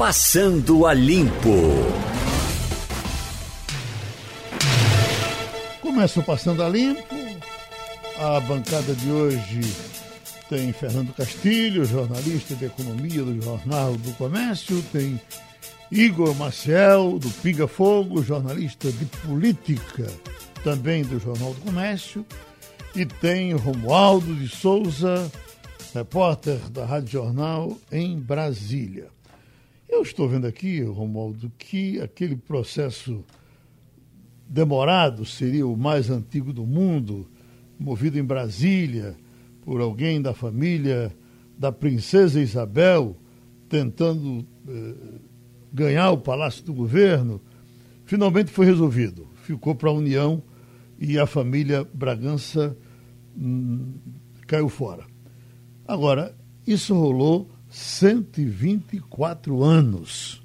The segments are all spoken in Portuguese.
Passando a Limpo. Começa o Passando a Limpo. A bancada de hoje tem Fernando Castilho, jornalista de economia do Jornal do Comércio, tem Igor Maciel, do Pinga Fogo, jornalista de política, também do Jornal do Comércio, e tem Romualdo de Souza, repórter da Rádio Jornal em Brasília. Eu estou vendo aqui, Romualdo, que aquele processo demorado seria o mais antigo do mundo, movido em Brasília por alguém da família da princesa Isabel, tentando ganhar o Palácio do Governo, finalmente foi resolvido. Ficou para a União e a família Bragança caiu fora. Agora, isso rolou 124 anos.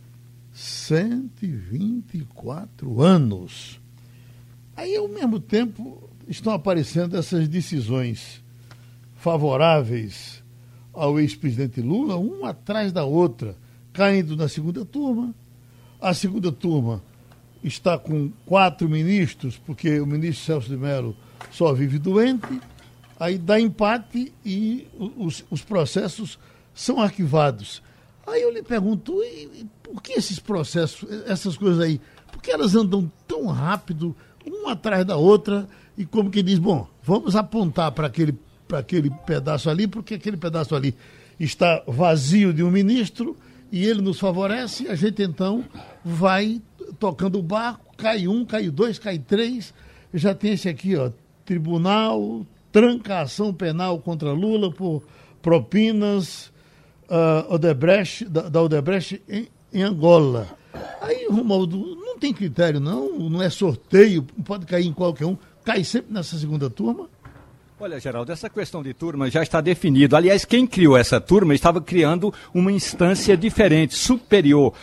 124 anos. Aí, ao mesmo tempo, estão aparecendo essas decisões favoráveis ao ex-presidente Lula, uma atrás da outra, caindo na segunda turma. A segunda turma está com 4 ministros, porque o ministro Celso de Mello só vive doente. Aí dá empate e os processos são arquivados. Aí eu lhe pergunto, por que esses processos, essas coisas aí, por que elas andam tão rápido, uma atrás da outra, e como que diz, bom, vamos apontar para aquele pedaço ali, porque aquele pedaço ali está vazio de um ministro, e ele nos favorece, a gente então vai tocando o barco, cai um, cai dois, cai três, já tem esse aqui, ó, tribunal, tranca a ação penal contra Lula por propinas da Odebrecht em Angola. Aí, Romualdo, não tem critério não é sorteio, pode cair em qualquer um, cai sempre nessa segunda turma? Olha, Geraldo, essa questão de turma já está definido. Aliás, quem criou essa turma estava criando uma instância diferente, superior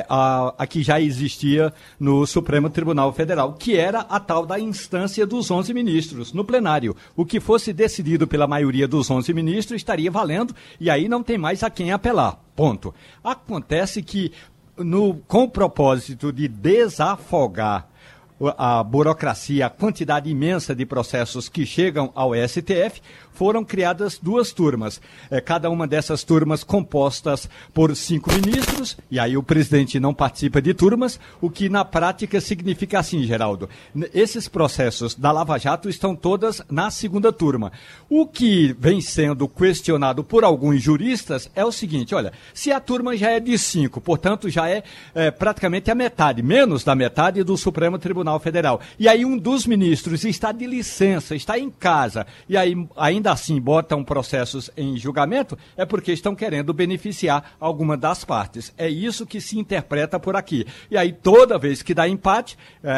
a que já existia no Supremo Tribunal Federal, que era a tal da instância dos 11 ministros, no plenário. O que fosse decidido pela maioria dos 11 ministros estaria valendo e aí não tem mais a quem apelar. Ponto. Acontece que, com o propósito de desafogar a burocracia, a quantidade imensa de processos que chegam ao STF, foram criadas 2 turmas. Cada uma dessas turmas compostas por 5 ministros, e aí o presidente não participa de turmas, o que na prática significa assim, Geraldo. Esses processos da Lava Jato estão todas na segunda turma. O que vem sendo questionado por alguns juristas é o seguinte, olha, se a turma já é de 5, portanto já é praticamente a metade, menos da metade do Supremo Tribunal Federal. E aí um dos ministros está de licença, está em casa, e aí ainda assim botam processos em julgamento, é porque estão querendo beneficiar alguma das partes. É isso que se interpreta por aqui. E aí toda vez que dá empate,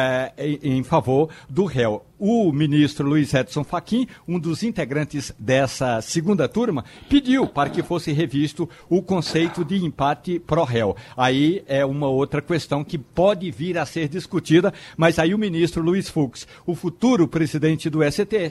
em favor do réu. O ministro Luiz Edson Fachin, um dos integrantes dessa segunda turma, pediu para que fosse revisto o conceito de empate pró-réu. Aí é uma outra questão que pode vir a ser discutida, mas aí o ministro Luiz Fux, o futuro presidente do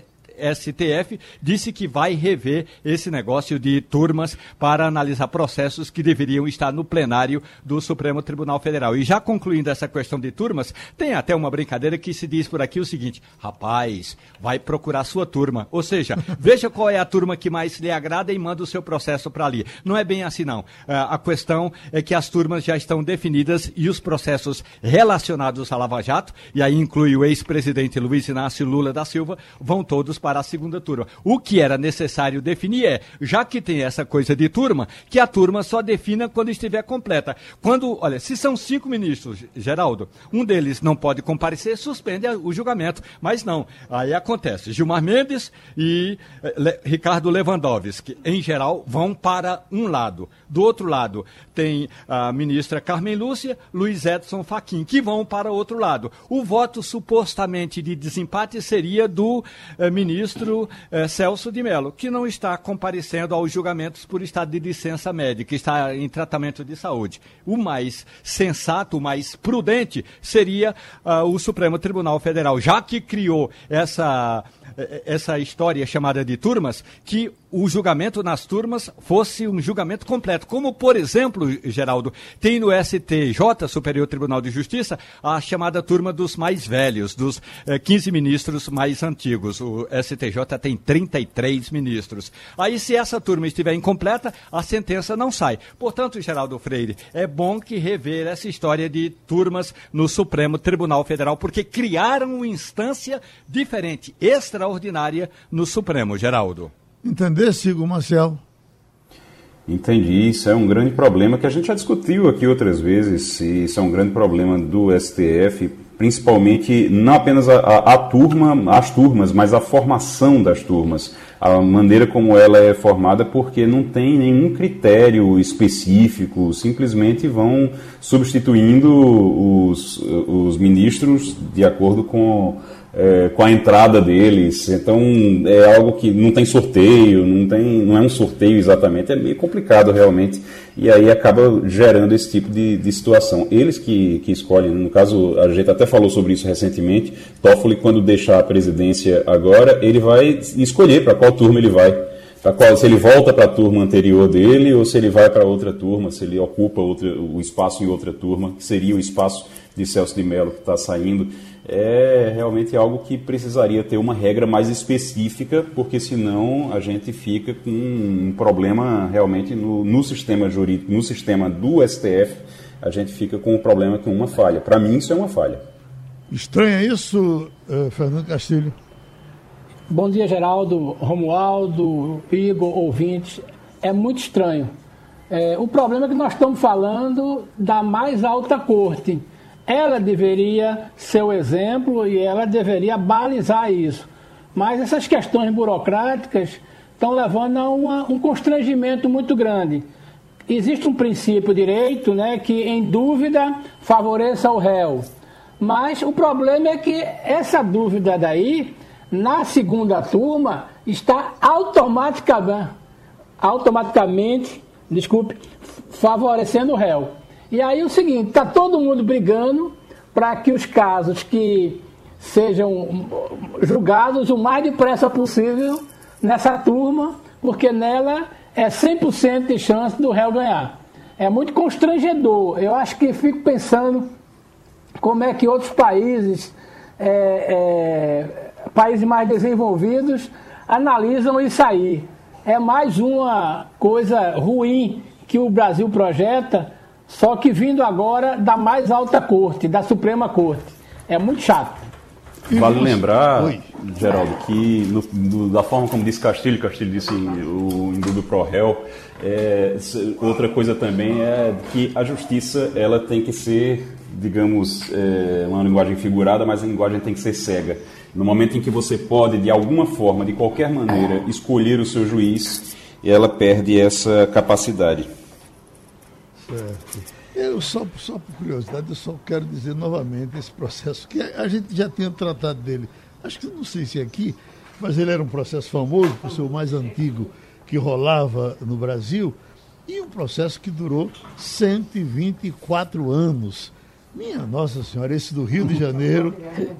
STF, disse que vai rever esse negócio de turmas para analisar processos que deveriam estar no plenário do Supremo Tribunal Federal. E já concluindo essa questão de turmas, tem até uma brincadeira que se diz por aqui o seguinte, rapaz, vai procurar sua turma. Ou seja, veja qual é a turma que mais lhe agrada e manda o seu processo para ali. Não é bem assim, não. A questão é que as turmas já estão definidas e os processos relacionados à Lava Jato, e aí inclui o ex-presidente Luiz Inácio Lula da Silva, vão todos para a segunda turma. O que era necessário definir já que tem essa coisa de turma, que a turma só defina quando estiver completa. Olha, se são 5 ministros, Geraldo, um deles não pode comparecer, suspende o julgamento. Mas não, aí acontece. Gilmar Mendes e Ricardo Lewandowski, em geral, vão para um lado. Do outro lado, tem a ministra Carmen Lúcia, Luiz Edson Fachin, que vão para o outro lado. O voto supostamente de desempate seria do ministro Celso de Mello, que não está comparecendo aos julgamentos por estado de licença médica, está em tratamento de saúde. O mais sensato, o mais prudente seria o Supremo Tribunal Federal, já que criou essa essa história chamada de turmas, que o julgamento nas turmas fosse um julgamento completo. Como, por exemplo, Geraldo, tem no STJ, Superior Tribunal de Justiça, a chamada turma dos mais velhos, dos 15 ministros mais antigos. O STJ tem 33 ministros. Aí, se essa turma estiver incompleta, a sentença não sai. Portanto, Geraldo Freire, é bom que rever essa história de turmas no Supremo Tribunal Federal, porque criaram uma instância diferente, extraordinária no Supremo, Geraldo. Entender, Sigo Marcel? Entendi, isso é um grande problema que a gente já discutiu aqui outras vezes, isso é um grande problema do STF, principalmente não apenas a turma, as turmas, mas a formação das turmas, a maneira como ela é formada, porque não tem nenhum critério específico, simplesmente vão substituindo os ministros de acordo com a entrada deles. Então é algo que não tem sorteio, não é um sorteio exatamente, é meio complicado realmente, e aí acaba gerando esse tipo de situação. Eles que escolhem, no caso, a gente até falou sobre isso recentemente, Toffoli, quando deixar a presidência agora, ele vai escolher para qual turma ele vai, se ele volta para a turma anterior dele ou se ele vai para outra turma, se ele ocupa o espaço em outra turma, que seria o espaço de Celso de Mello que está saindo. É realmente algo que precisaria ter uma regra mais específica, porque senão a gente fica com um problema realmente no sistema jurídico, no sistema do STF, a gente fica com um problema, com uma falha. Para mim, isso é uma falha. Estranha isso, Fernando Castilho? Bom dia, Geraldo, Romualdo, Igor, ouvintes. É muito estranho. O problema é que nós estamos falando da mais alta corte. Ela deveria ser o exemplo e ela deveria balizar isso. Mas essas questões burocráticas estão levando a um constrangimento muito grande. Existe um princípio direito, né, que em dúvida favoreça o réu. Mas o problema é que essa dúvida daí, na segunda turma, está automaticamente, favorecendo o réu. E aí é o seguinte, está todo mundo brigando para que os casos que sejam julgados o mais depressa possível nessa turma, porque nela é 100% de chance do réu ganhar. É muito constrangedor. Eu acho que fico pensando como é que outros países, países mais desenvolvidos, analisam isso aí. É mais uma coisa ruim que o Brasil projeta, só que vindo agora da mais alta corte, da Suprema Corte. É muito chato. Vale lembrar, Geraldo, que da forma como disse Castilho disse o indúbio pro réu, outra coisa também é que a justiça ela tem que ser, digamos, uma linguagem figurada, mas a linguagem tem que ser cega. No momento em que você pode, de alguma forma, de qualquer maneira, escolher o seu juiz, ela perde essa capacidade. Certo. Eu só por curiosidade, eu só quero dizer novamente esse processo, que a gente já tinha tratado dele, acho que não sei se é aqui, mas ele era um processo famoso, por ser o mais antigo que rolava no Brasil, e um processo que durou 124 anos. Minha Nossa Senhora, esse do Rio de Janeiro,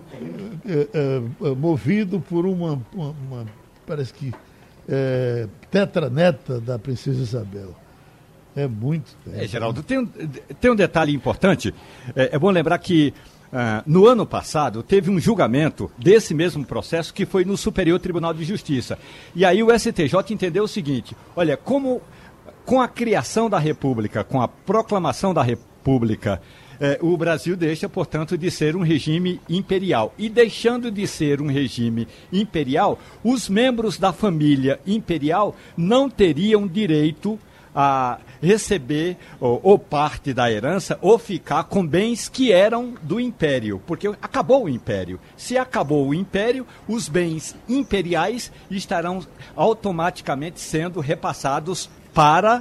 movido por uma parece que tetraneta da Princesa Isabel. É muito tempo. Geraldo, tem um detalhe importante. É bom lembrar que no ano passado teve um julgamento desse mesmo processo que foi no Superior Tribunal de Justiça. E aí o STJ entendeu o seguinte: olha, como com a criação da República, com a proclamação da República, o Brasil deixa, portanto, de ser um regime imperial. E deixando de ser um regime imperial, os membros da família imperial não teriam direito a receber ou parte da herança ou ficar com bens que eram do Império, porque acabou o Império. Se acabou o Império, os bens imperiais estarão automaticamente sendo repassados para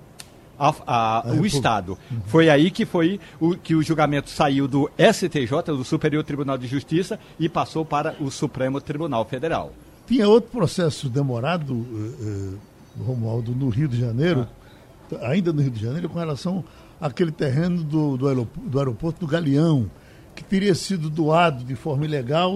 o Estado. Foi aí que que o julgamento saiu do STJ, do Superior Tribunal de Justiça, e passou para o Supremo Tribunal Federal. Tinha outro processo demorado, Romualdo, no Rio de Janeiro, ainda no Rio de Janeiro, com relação àquele terreno do aeroporto do Galeão, que teria sido doado de forma ilegal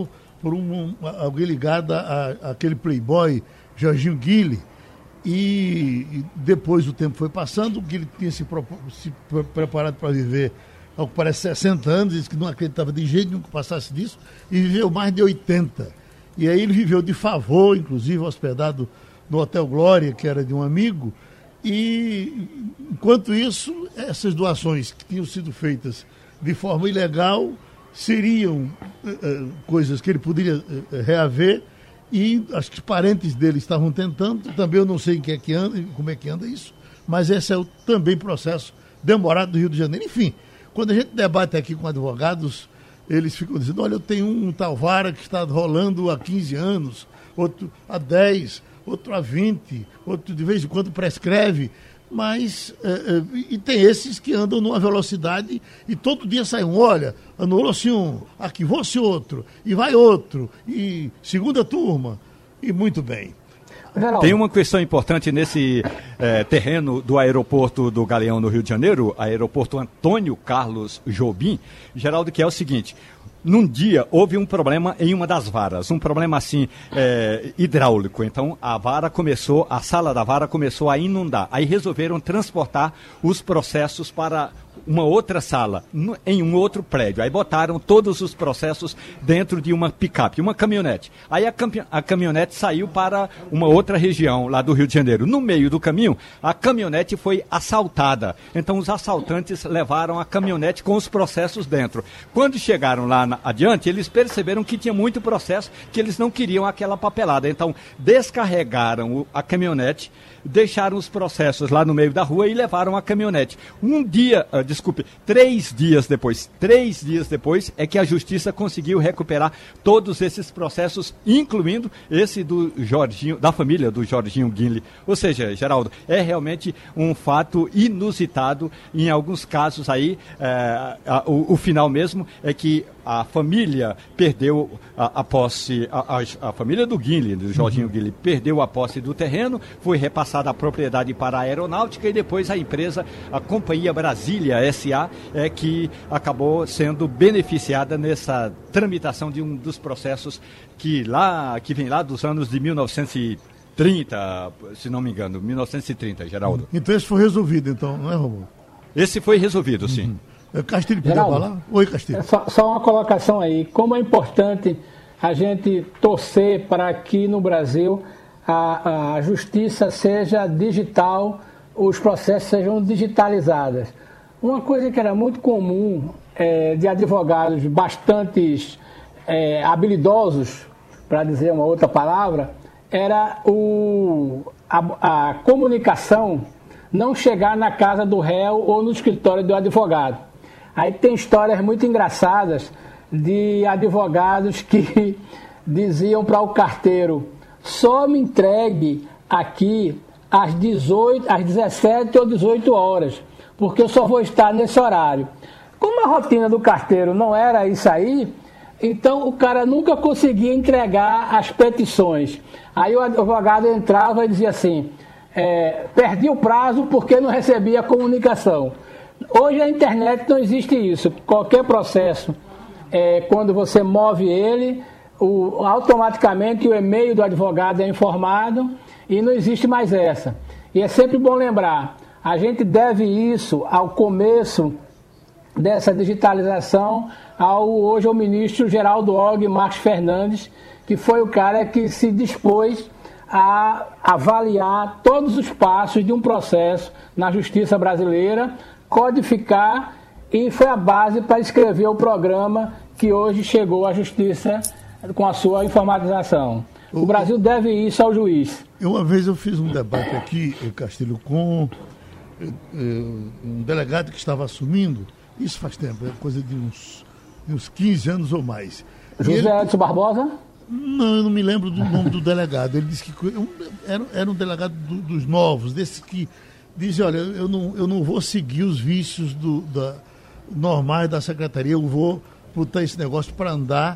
por alguém ligado àquele playboy Jorginho Guille, e depois o tempo foi passando, o Guille tinha se preparado para viver, ao que parece, 60 anos, disse que não acreditava de jeito nenhum que passasse disso, e viveu mais de 80. E aí ele viveu de favor, inclusive hospedado no Hotel Glória, que era de um amigo, e enquanto isso, essas doações que tinham sido feitas de forma ilegal seriam coisas que ele poderia reaver, e acho que os parentes dele estavam tentando, também eu não sei como é que anda isso, mas esse é também processo demorado do Rio de Janeiro. Enfim, quando a gente debate aqui com advogados, eles ficam dizendo, olha, eu tenho um tal vara que está rolando há 15 anos, outro há 10, outro há 20, outro de vez em quando prescreve, mas e tem esses que andam numa velocidade e todo dia sai olha, anulou-se um, arquivou-se outro, e vai outro, e segunda turma, e muito bem. Tem uma questão importante nesse terreno do aeroporto do Galeão, no Rio de Janeiro, aeroporto Antônio Carlos Jobim, Geraldo, que é o seguinte: num dia houve um problema em uma das varas, um problema assim hidráulico. Então a sala da vara começou a inundar. Aí resolveram transportar os processos para uma outra sala, em um outro prédio. Aí botaram todos os processos dentro de uma picape, uma caminhonete. Aí a caminhonete saiu para uma outra região lá do Rio de Janeiro. No meio do caminho, a caminhonete foi assaltada. Então os assaltantes levaram a caminhonete com os processos dentro. Quando chegaram lá adiante, eles perceberam que tinha muito processo, que eles não queriam aquela papelada. Então descarregaram a caminhonete, deixaram os processos lá no meio da rua e levaram a caminhonete. 3 dias depois é que a Justiça conseguiu recuperar todos esses processos, incluindo esse do Jorginho, da família do Jorginho Guille. Ou seja, Geraldo, é realmente um fato inusitado. Em alguns casos aí, o final mesmo é que a família perdeu a posse, a família do Guille, do Jorginho Guille, perdeu a posse do terreno, foi repassada a propriedade para a aeronáutica e depois a empresa, a Companhia Brasília S.A., que acabou sendo beneficiada nessa tramitação de um dos processos que vem lá dos anos de 1930, se não me engano, 1930, Geraldo. Então esse foi resolvido, então, não é, Romulo? Esse foi resolvido, sim. Castilho, pediu falar? Oi, Castilho. Só uma colocação aí. Como é importante a gente torcer para que no Brasil a justiça seja digital, os processos sejam digitalizados. Uma coisa que era muito comum de advogados bastante habilidosos, para dizer uma outra palavra, era a comunicação não chegar na casa do réu ou no escritório do advogado. Aí tem histórias muito engraçadas de advogados que diziam para o carteiro: só me entregue aqui às 17 ou 18 horas, porque eu só vou estar nesse horário. Como a rotina do carteiro não era isso aí, então o cara nunca conseguia entregar as petições. Aí o advogado entrava e dizia assim: perdi o prazo porque não recebia a comunicação. Hoje a internet não existe isso. Qualquer processo, quando você move ele, automaticamente o e-mail do advogado é informado e não existe mais essa. E é sempre bom lembrar, a gente deve isso ao começo dessa digitalização hoje ao ministro Geraldo Og Marques Fernandes, que foi o cara que se dispôs a avaliar todos os passos de um processo na justiça brasileira, codificar, e foi a base para escrever o programa que hoje chegou à justiça com a sua informatização. O Brasil deve isso ao juiz. Uma vez eu fiz um debate aqui, Castilho, com um delegado que estava assumindo, isso faz tempo, é coisa de uns 15 anos ou mais. José Edson Barbosa? Não, eu não me lembro do nome do delegado. Ele disse que era um delegado dos novos, desses que dizem: olha, eu não vou seguir os vícios normais da secretaria, eu vou botar esse negócio para andar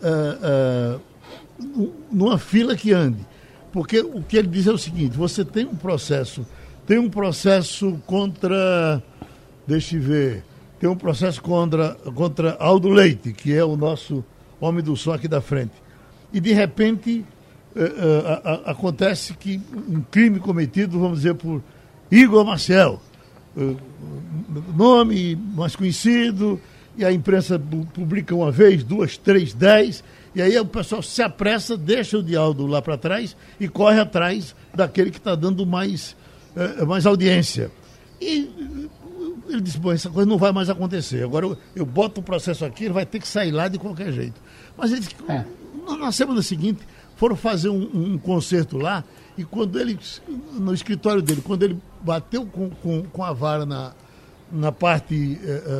numa fila que ande. Porque o que ele diz é o seguinte: você tem um processo contra, deixa eu ver, tem um processo contra Aldo Leite, que é o nosso homem do som aqui da frente. e de repente acontece que um crime cometido, vamos dizer, por Igor Maciel, nome mais conhecido, e a imprensa publica uma vez, 2, 3, 10, e aí o pessoal se apressa, deixa o diálogo lá para trás e corre atrás daquele que está dando mais audiência. E ele disse, bom, essa coisa não vai mais acontecer. Agora eu boto o processo aqui, ele vai ter que sair lá de qualquer jeito. Mas ele disse que na semana seguinte foram fazer um concerto lá, e quando ele, no escritório dele, quando ele bateu com a vara na parte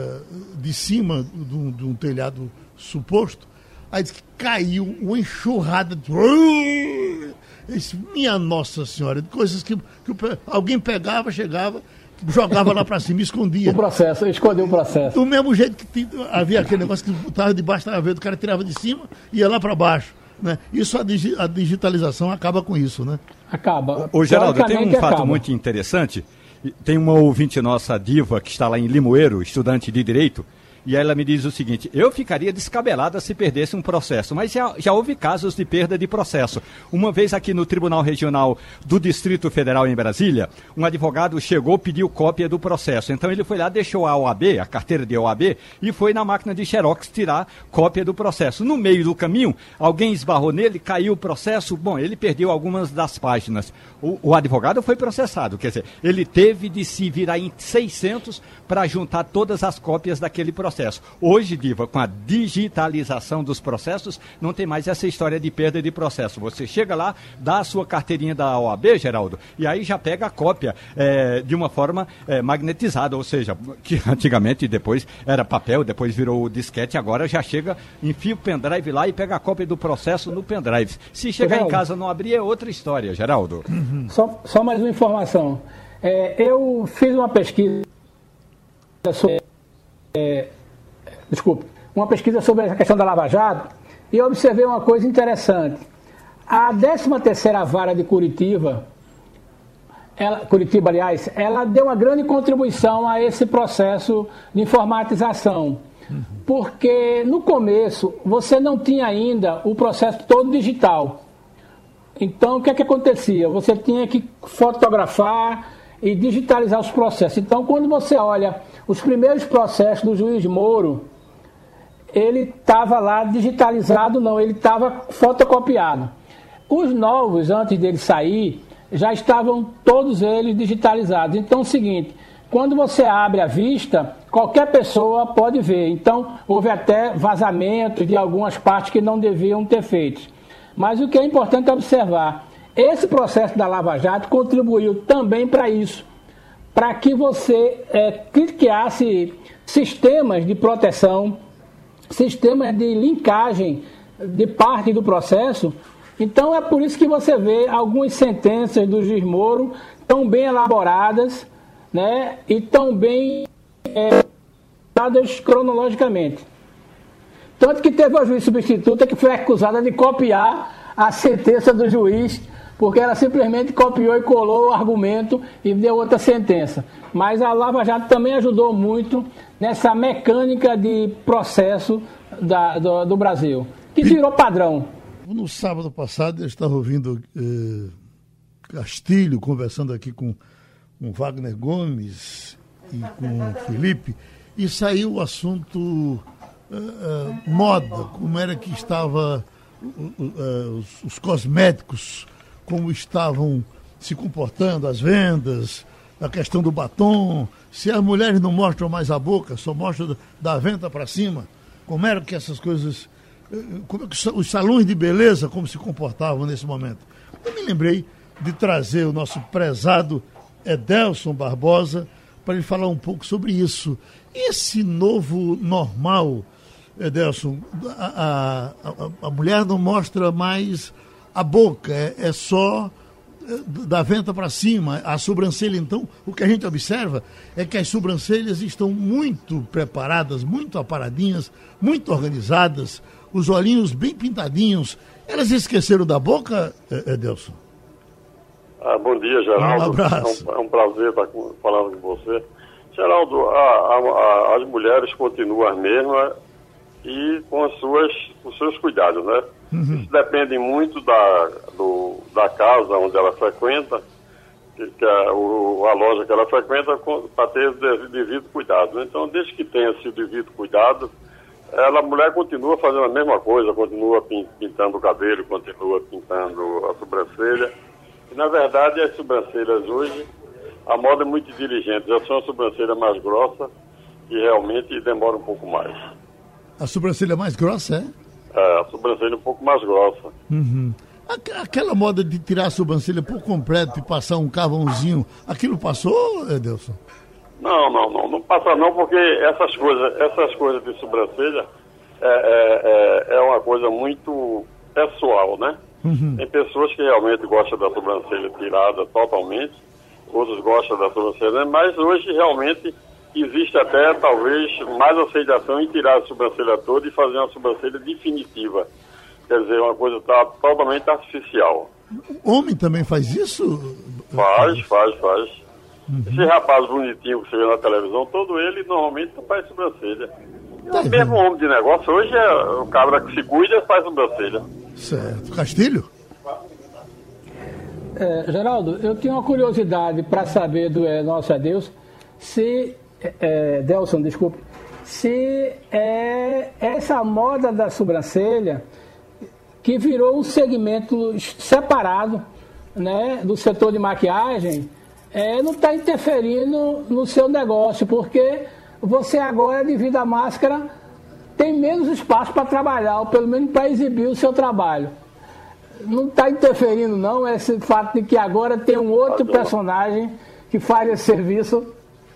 de cima de um telhado suposto, aí disse que caiu uma enxurrada de... Minha Nossa Senhora, de coisas que alguém pegava, chegava, jogava lá para cima e escondia. Escondeu o processo. Do mesmo jeito que havia aquele negócio que estava debaixo da gaveta, o cara tirava de cima e ia lá para baixo. Né? Isso, a digitalização acaba com isso, né? Acaba. Ô, Geraldo, tem um fato muito interessante. Tem uma ouvinte nossa, Diva, que está lá em Limoeiro, estudante de Direito, e ela me diz o seguinte: eu ficaria descabelada se perdesse um processo, mas já houve casos de perda de processo. Uma vez aqui no Tribunal Regional do Distrito Federal em Brasília, um advogado chegou, pediu cópia do processo. Então ele foi lá, deixou a OAB, a carteira de OAB, e foi na máquina de xerox tirar cópia do processo. No meio do caminho, alguém esbarrou nele, caiu o processo, bom, ele perdeu algumas das páginas. O advogado foi processado, quer dizer, ele teve de se virar em 600 para juntar todas as cópias daquele processo. Hoje, Diva, com a digitalização dos processos, não tem mais essa história de perda de processo. Você chega lá, dá a sua carteirinha da OAB, Geraldo, e aí já pega a cópia de uma forma magnetizada, ou seja, que antigamente depois era papel, depois virou disquete, agora já chega, enfia o pendrive lá e pega a cópia do processo no pendrive. Se chegar Geraldo, em casa não abrir, é outra história, Geraldo. Só mais uma informação. Eu fiz uma pesquisa sobre... uma pesquisa sobre a questão da Lava Jato e eu observei uma coisa interessante. A 13ª Vara de Curitiba, ela deu uma grande contribuição a esse processo de informatização. Porque no começo você não tinha ainda o processo todo digital. Então o que acontecia? Você tinha que fotografar e digitalizar os processos. Então quando você olha os primeiros processos do juiz Moro, ele estava lá digitalizado, não, ele estava fotocopiado. Os novos, antes dele sair, já estavam todos eles digitalizados. Então é o seguinte, quando você abre a vista, qualquer pessoa pode ver. Então houve até vazamentos de algumas partes que não deviam ter feito. Mas o que é importante observar, esse processo da Lava Jato contribuiu também para isso, para que você criasse sistemas de proteção, sistemas de linkagem de parte do processo. Então é por isso que você vê algumas sentenças do juiz Moro tão bem elaboradas, né, e tão bem dadas cronologicamente. Tanto que teve uma juiz substituta que foi acusada de copiar a sentença do juiz, porque ela simplesmente copiou e colou o argumento e deu outra sentença. Mas a Lava Jato também ajudou muito nessa mecânica de processo do Brasil, que virou padrão. No sábado passado eu estava ouvindo Castilho conversando aqui com Wagner Gomes e com Felipe, e saiu o assunto moda, como era que estava os cosméticos, como estavam se comportando, as vendas, a questão do batom, se as mulheres não mostram mais a boca, só mostram da venta para cima, como era que essas coisas, como é que os salões de beleza, como se comportavam nesse momento. Eu me lembrei de trazer o nosso prezado Edelson Barbosa para ele falar um pouco sobre isso. Esse novo normal, Edelson, a mulher não mostra mais a boca, é só da venta para cima. A sobrancelha, então, o que a gente observa é que as sobrancelhas estão muito preparadas, muito aparadinhas, muito organizadas, os olhinhos bem pintadinhos. Elas esqueceram da boca, Edelson? Bom dia, Geraldo. Um abraço. É um prazer estar falando com você. Geraldo, as mulheres continuam as mesmas e com os seus cuidados, né? Isso depende muito da casa onde ela frequenta, a loja que ela frequenta, para ter o devido cuidado. Então, desde que tenha esse devido cuidado, a mulher continua fazendo a mesma coisa, continua pintando o cabelo, continua pintando a sobrancelha. E, na verdade, as sobrancelhas hoje, a moda é muito inteligente, já são a sobrancelha mais grossa e realmente demora um pouco mais. A sobrancelha mais grossa, A sobrancelha um pouco mais grossa. Aquela moda de tirar a sobrancelha por completo e passar um carvãozinho, aquilo passou, Edelson? Não passa não, porque essas coisas de sobrancelha é uma coisa muito pessoal, né? Tem pessoas que realmente gostam da sobrancelha tirada totalmente, outros gostam da sobrancelha, mas hoje realmente existe até talvez mais aceitação em tirar a sobrancelha toda e fazer uma sobrancelha definitiva. Quer dizer, uma coisa totalmente artificial. O homem também faz isso? Faz. Esse rapaz bonitinho que você vê na televisão, todo ele normalmente faz sobrancelha. Mesmo homem de negócio, hoje o cabra que se cuida faz sobrancelha. Certo. Castilho? Geraldo, eu tenho uma curiosidade para saber do nosso Deus, Delson, desculpe, se essa moda da sobrancelha que virou um segmento separado, né, do setor de maquiagem, não está interferindo no seu negócio, porque você agora, devido à máscara, tem menos espaço para trabalhar, ou pelo menos para exibir o seu trabalho. Não está interferindo, não, esse fato de que agora tem um outro personagem que faz esse serviço?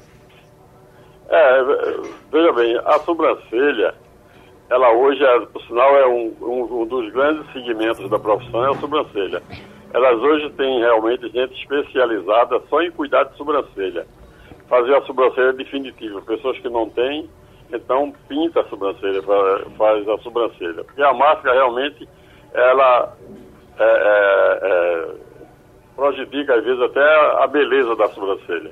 Veja bem, a sobrancelha, ela hoje, por sinal, é um dos grandes segmentos da profissão, é a sobrancelha. Elas hoje têm realmente gente especializada só em cuidar de sobrancelha. Fazer a sobrancelha definitiva. Pessoas que não têm, então pinta a sobrancelha, faz a sobrancelha. Porque a máscara realmente, ela prejudica às vezes até a beleza da sobrancelha.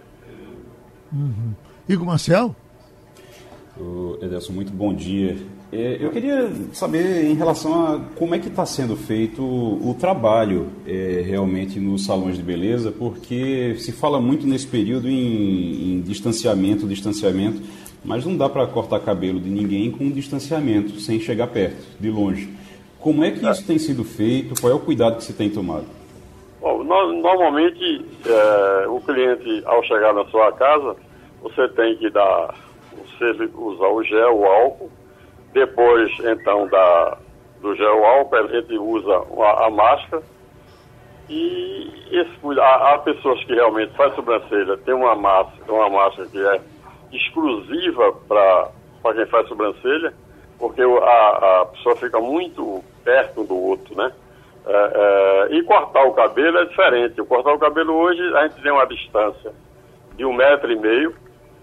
Igor Marcel? Edelson, muito bom dia. Eu queria saber em relação a como é que está sendo feito o trabalho realmente nos salões de beleza, porque se fala muito nesse período em distanciamento, mas não dá para cortar cabelo de ninguém com distanciamento, sem chegar perto, de longe. Como é que isso tem sido feito? Qual é o cuidado que se tem tomado? Bom, normalmente, o cliente, ao chegar na sua casa, você tem que usar o gel, o álcool. Depois, então, do gel álcool, a gente usa a máscara. E há pessoas que realmente fazem sobrancelha, tem uma máscara que é exclusiva para quem faz sobrancelha, porque a pessoa fica muito perto do outro, né? E cortar o cabelo é diferente. O cortar o cabelo hoje, a gente tem uma distância de 1,5 metro.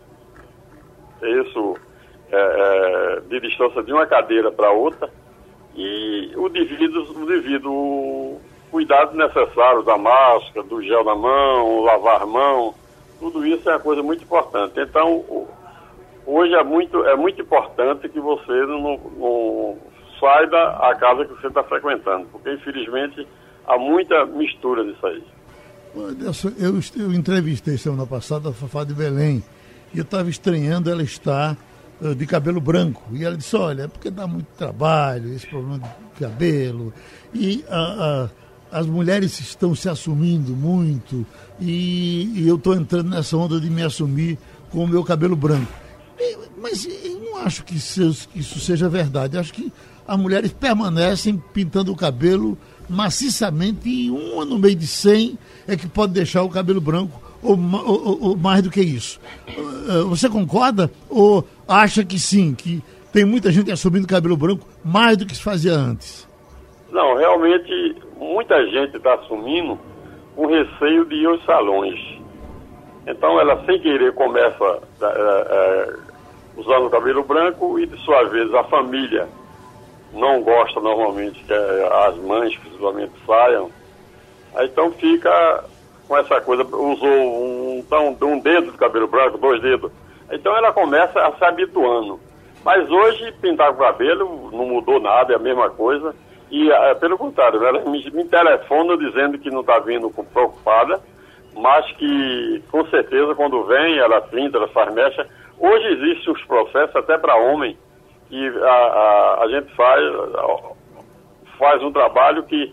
Isso de distância de uma cadeira para outra, e o devido cuidado necessário da máscara, do gel na mão, lavar a mão, tudo isso é uma coisa muito importante. Então, hoje é muito importante que você não saia da casa que você está frequentando, porque infelizmente há muita mistura disso aí. Eu entrevistei semana passada a Fafá de Belém, e eu estava estranhando ela estar de cabelo branco. E ela disse, olha, é porque dá muito trabalho, esse problema de cabelo. E as mulheres estão se assumindo muito, e eu estou entrando nessa onda de me assumir com o meu cabelo branco. Mas eu não acho que isso seja verdade. Eu acho que as mulheres permanecem pintando o cabelo maciçamente, e 1 ano no meio de 100 é que pode deixar o cabelo branco, ou mais do que isso. Você concorda ou acha que sim, que tem muita gente assumindo cabelo branco mais do que se fazia antes? Não, realmente muita gente está assumindo com receio de ir aos salões. Então ela sem querer começa usando o cabelo branco, e de sua vez a família não gosta normalmente que as mães principalmente saiam. Aí então fica com essa coisa, usou um dedo de cabelo branco, 2 dedos. Então ela começa a se habituando. Mas hoje pintar o cabelo não mudou nada, é a mesma coisa. E, pelo contrário, ela me telefona dizendo que não está vindo preocupada, mas que, com certeza, quando vem, ela pinta, ela faz mecha. Hoje existem uns processos até para homem, que a gente faz um trabalho que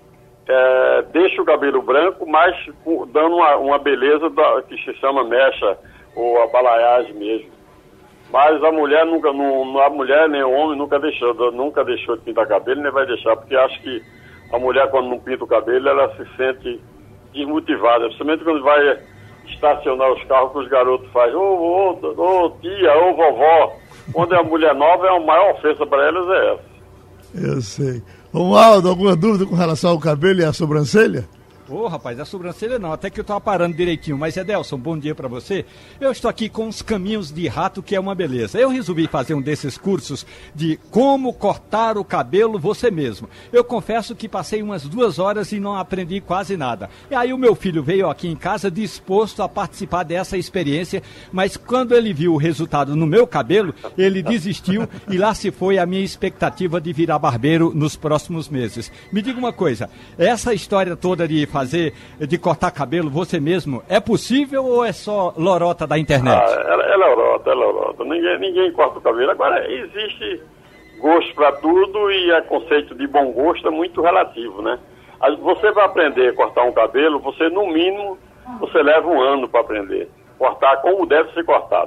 deixa o cabelo branco, mas dando uma beleza que se chama mecha, ou a balaiagem mesmo. Mas a mulher a mulher nem o homem nunca deixou de pintar cabelo, nem vai deixar, porque acho que a mulher, quando não pinta o cabelo, ela se sente desmotivada, principalmente quando vai estacionar os carros, que os garotos fazem, ô tia, ô vovó. Quando é a mulher nova, a maior ofensa para elas é essa. Eu sei. Romualdo, alguma dúvida com relação ao cabelo e à sobrancelha? Rapaz, a sobrancelha não, até que eu estava parando direitinho. Mas, Edelson, bom dia para você. Eu estou aqui com os caminhos de rato, que é uma beleza. Eu resolvi fazer um desses cursos de como cortar o cabelo você mesmo. Eu confesso que passei umas 2 horas e não aprendi quase nada. E aí o meu filho veio aqui em casa disposto a participar dessa experiência, mas quando ele viu o resultado no meu cabelo, ele desistiu e lá se foi a minha expectativa de virar barbeiro nos próximos meses. Me diga uma coisa, essa história toda de cortar cabelo você mesmo, é possível ou é só lorota da internet? É lorota. Ninguém corta o cabelo. Agora, existe gosto para tudo e conceito de bom gosto é muito relativo, né? Você vai aprender a cortar um cabelo, no mínimo, você leva 1 ano para aprender. Cortar como deve ser cortado.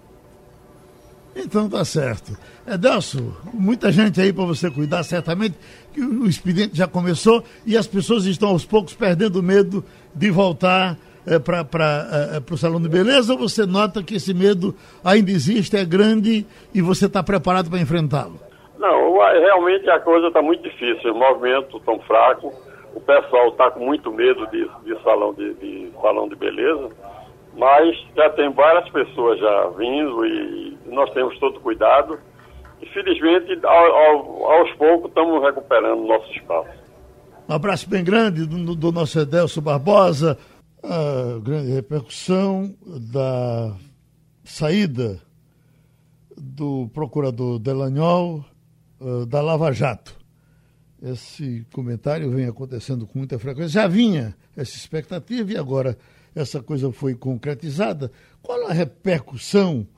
Então tá certo. Edelson, muita gente aí para você cuidar, certamente, que o expediente já começou e as pessoas estão aos poucos perdendo medo de voltar para o salão de beleza, ou você nota que esse medo ainda existe, é grande e você está preparado para enfrentá-lo? Não, realmente a coisa está muito difícil, o movimento tão fraco, o pessoal está com muito medo de salão de beleza. Mas já tem várias pessoas já vindo e nós temos todo cuidado. E, felizmente, aos poucos, estamos recuperando o nosso espaço. Um abraço bem grande do nosso Edelson Barbosa. A grande repercussão da saída do procurador Delagnol da Lava Jato. Esse comentário vem acontecendo com muita frequência. Já vinha essa expectativa e agora essa coisa foi concretizada. Qual a repercussão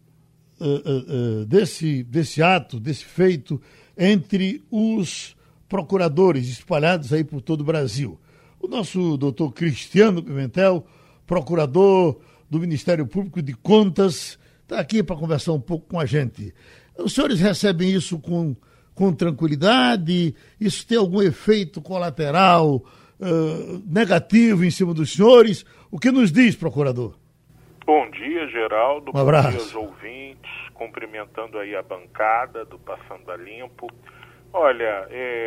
desse ato, desse feito, entre os procuradores espalhados aí por todo o Brasil? O nosso doutor Cristiano Pimentel, procurador do Ministério Público de Contas, está aqui para conversar um pouco com a gente. Os senhores recebem isso com tranquilidade? Isso tem algum efeito colateral negativo em cima dos senhores? O que nos diz, procurador? Bom dia, Geraldo. Um abraço. Bom dia aos ouvintes, cumprimentando aí a bancada do Passando a Limpo. Olha,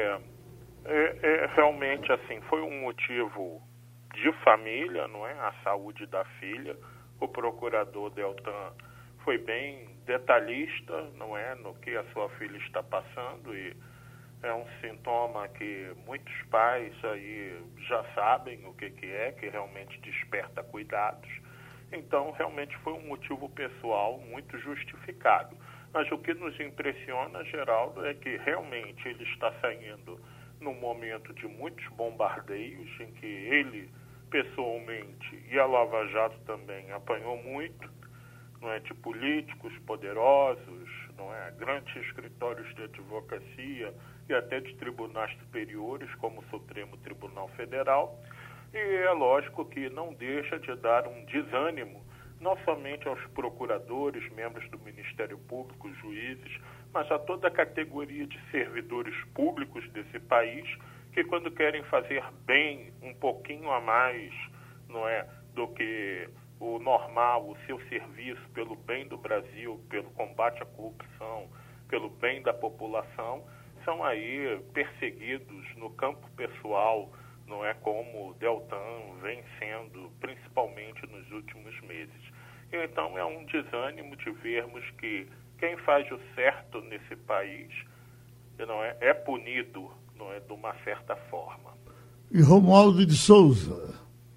realmente assim, foi um motivo de família, não é? A saúde da filha. O procurador Deltan foi bem detalhista, não é? No que a sua filha está passando, e é um sintoma que muitos pais aí já sabem o que é, que realmente desperta cuidados. Então, realmente foi um motivo pessoal muito justificado. Mas o que nos impressiona, Geraldo, é que realmente ele está saindo num momento de muitos bombardeios, em que ele, pessoalmente, e a Lava Jato também apanhou muito, não é, de políticos poderosos, não é, grandes escritórios de advocacia e até de tribunais superiores, como o Supremo Tribunal Federal. E é lógico que não deixa de dar um desânimo, não somente aos procuradores, membros do Ministério Público, juízes, mas a toda a categoria de servidores públicos desse país, que quando querem fazer bem um pouquinho a mais, não é, do que o normal, o seu serviço pelo bem do Brasil, pelo combate à corrupção, pelo bem da população, são aí perseguidos no campo pessoal, não é, como Deltan vem sendo, principalmente nos últimos meses. Então é um desânimo de vermos que quem faz o certo nesse país não é punido, não é, de uma certa forma. E Romualdo de Souza.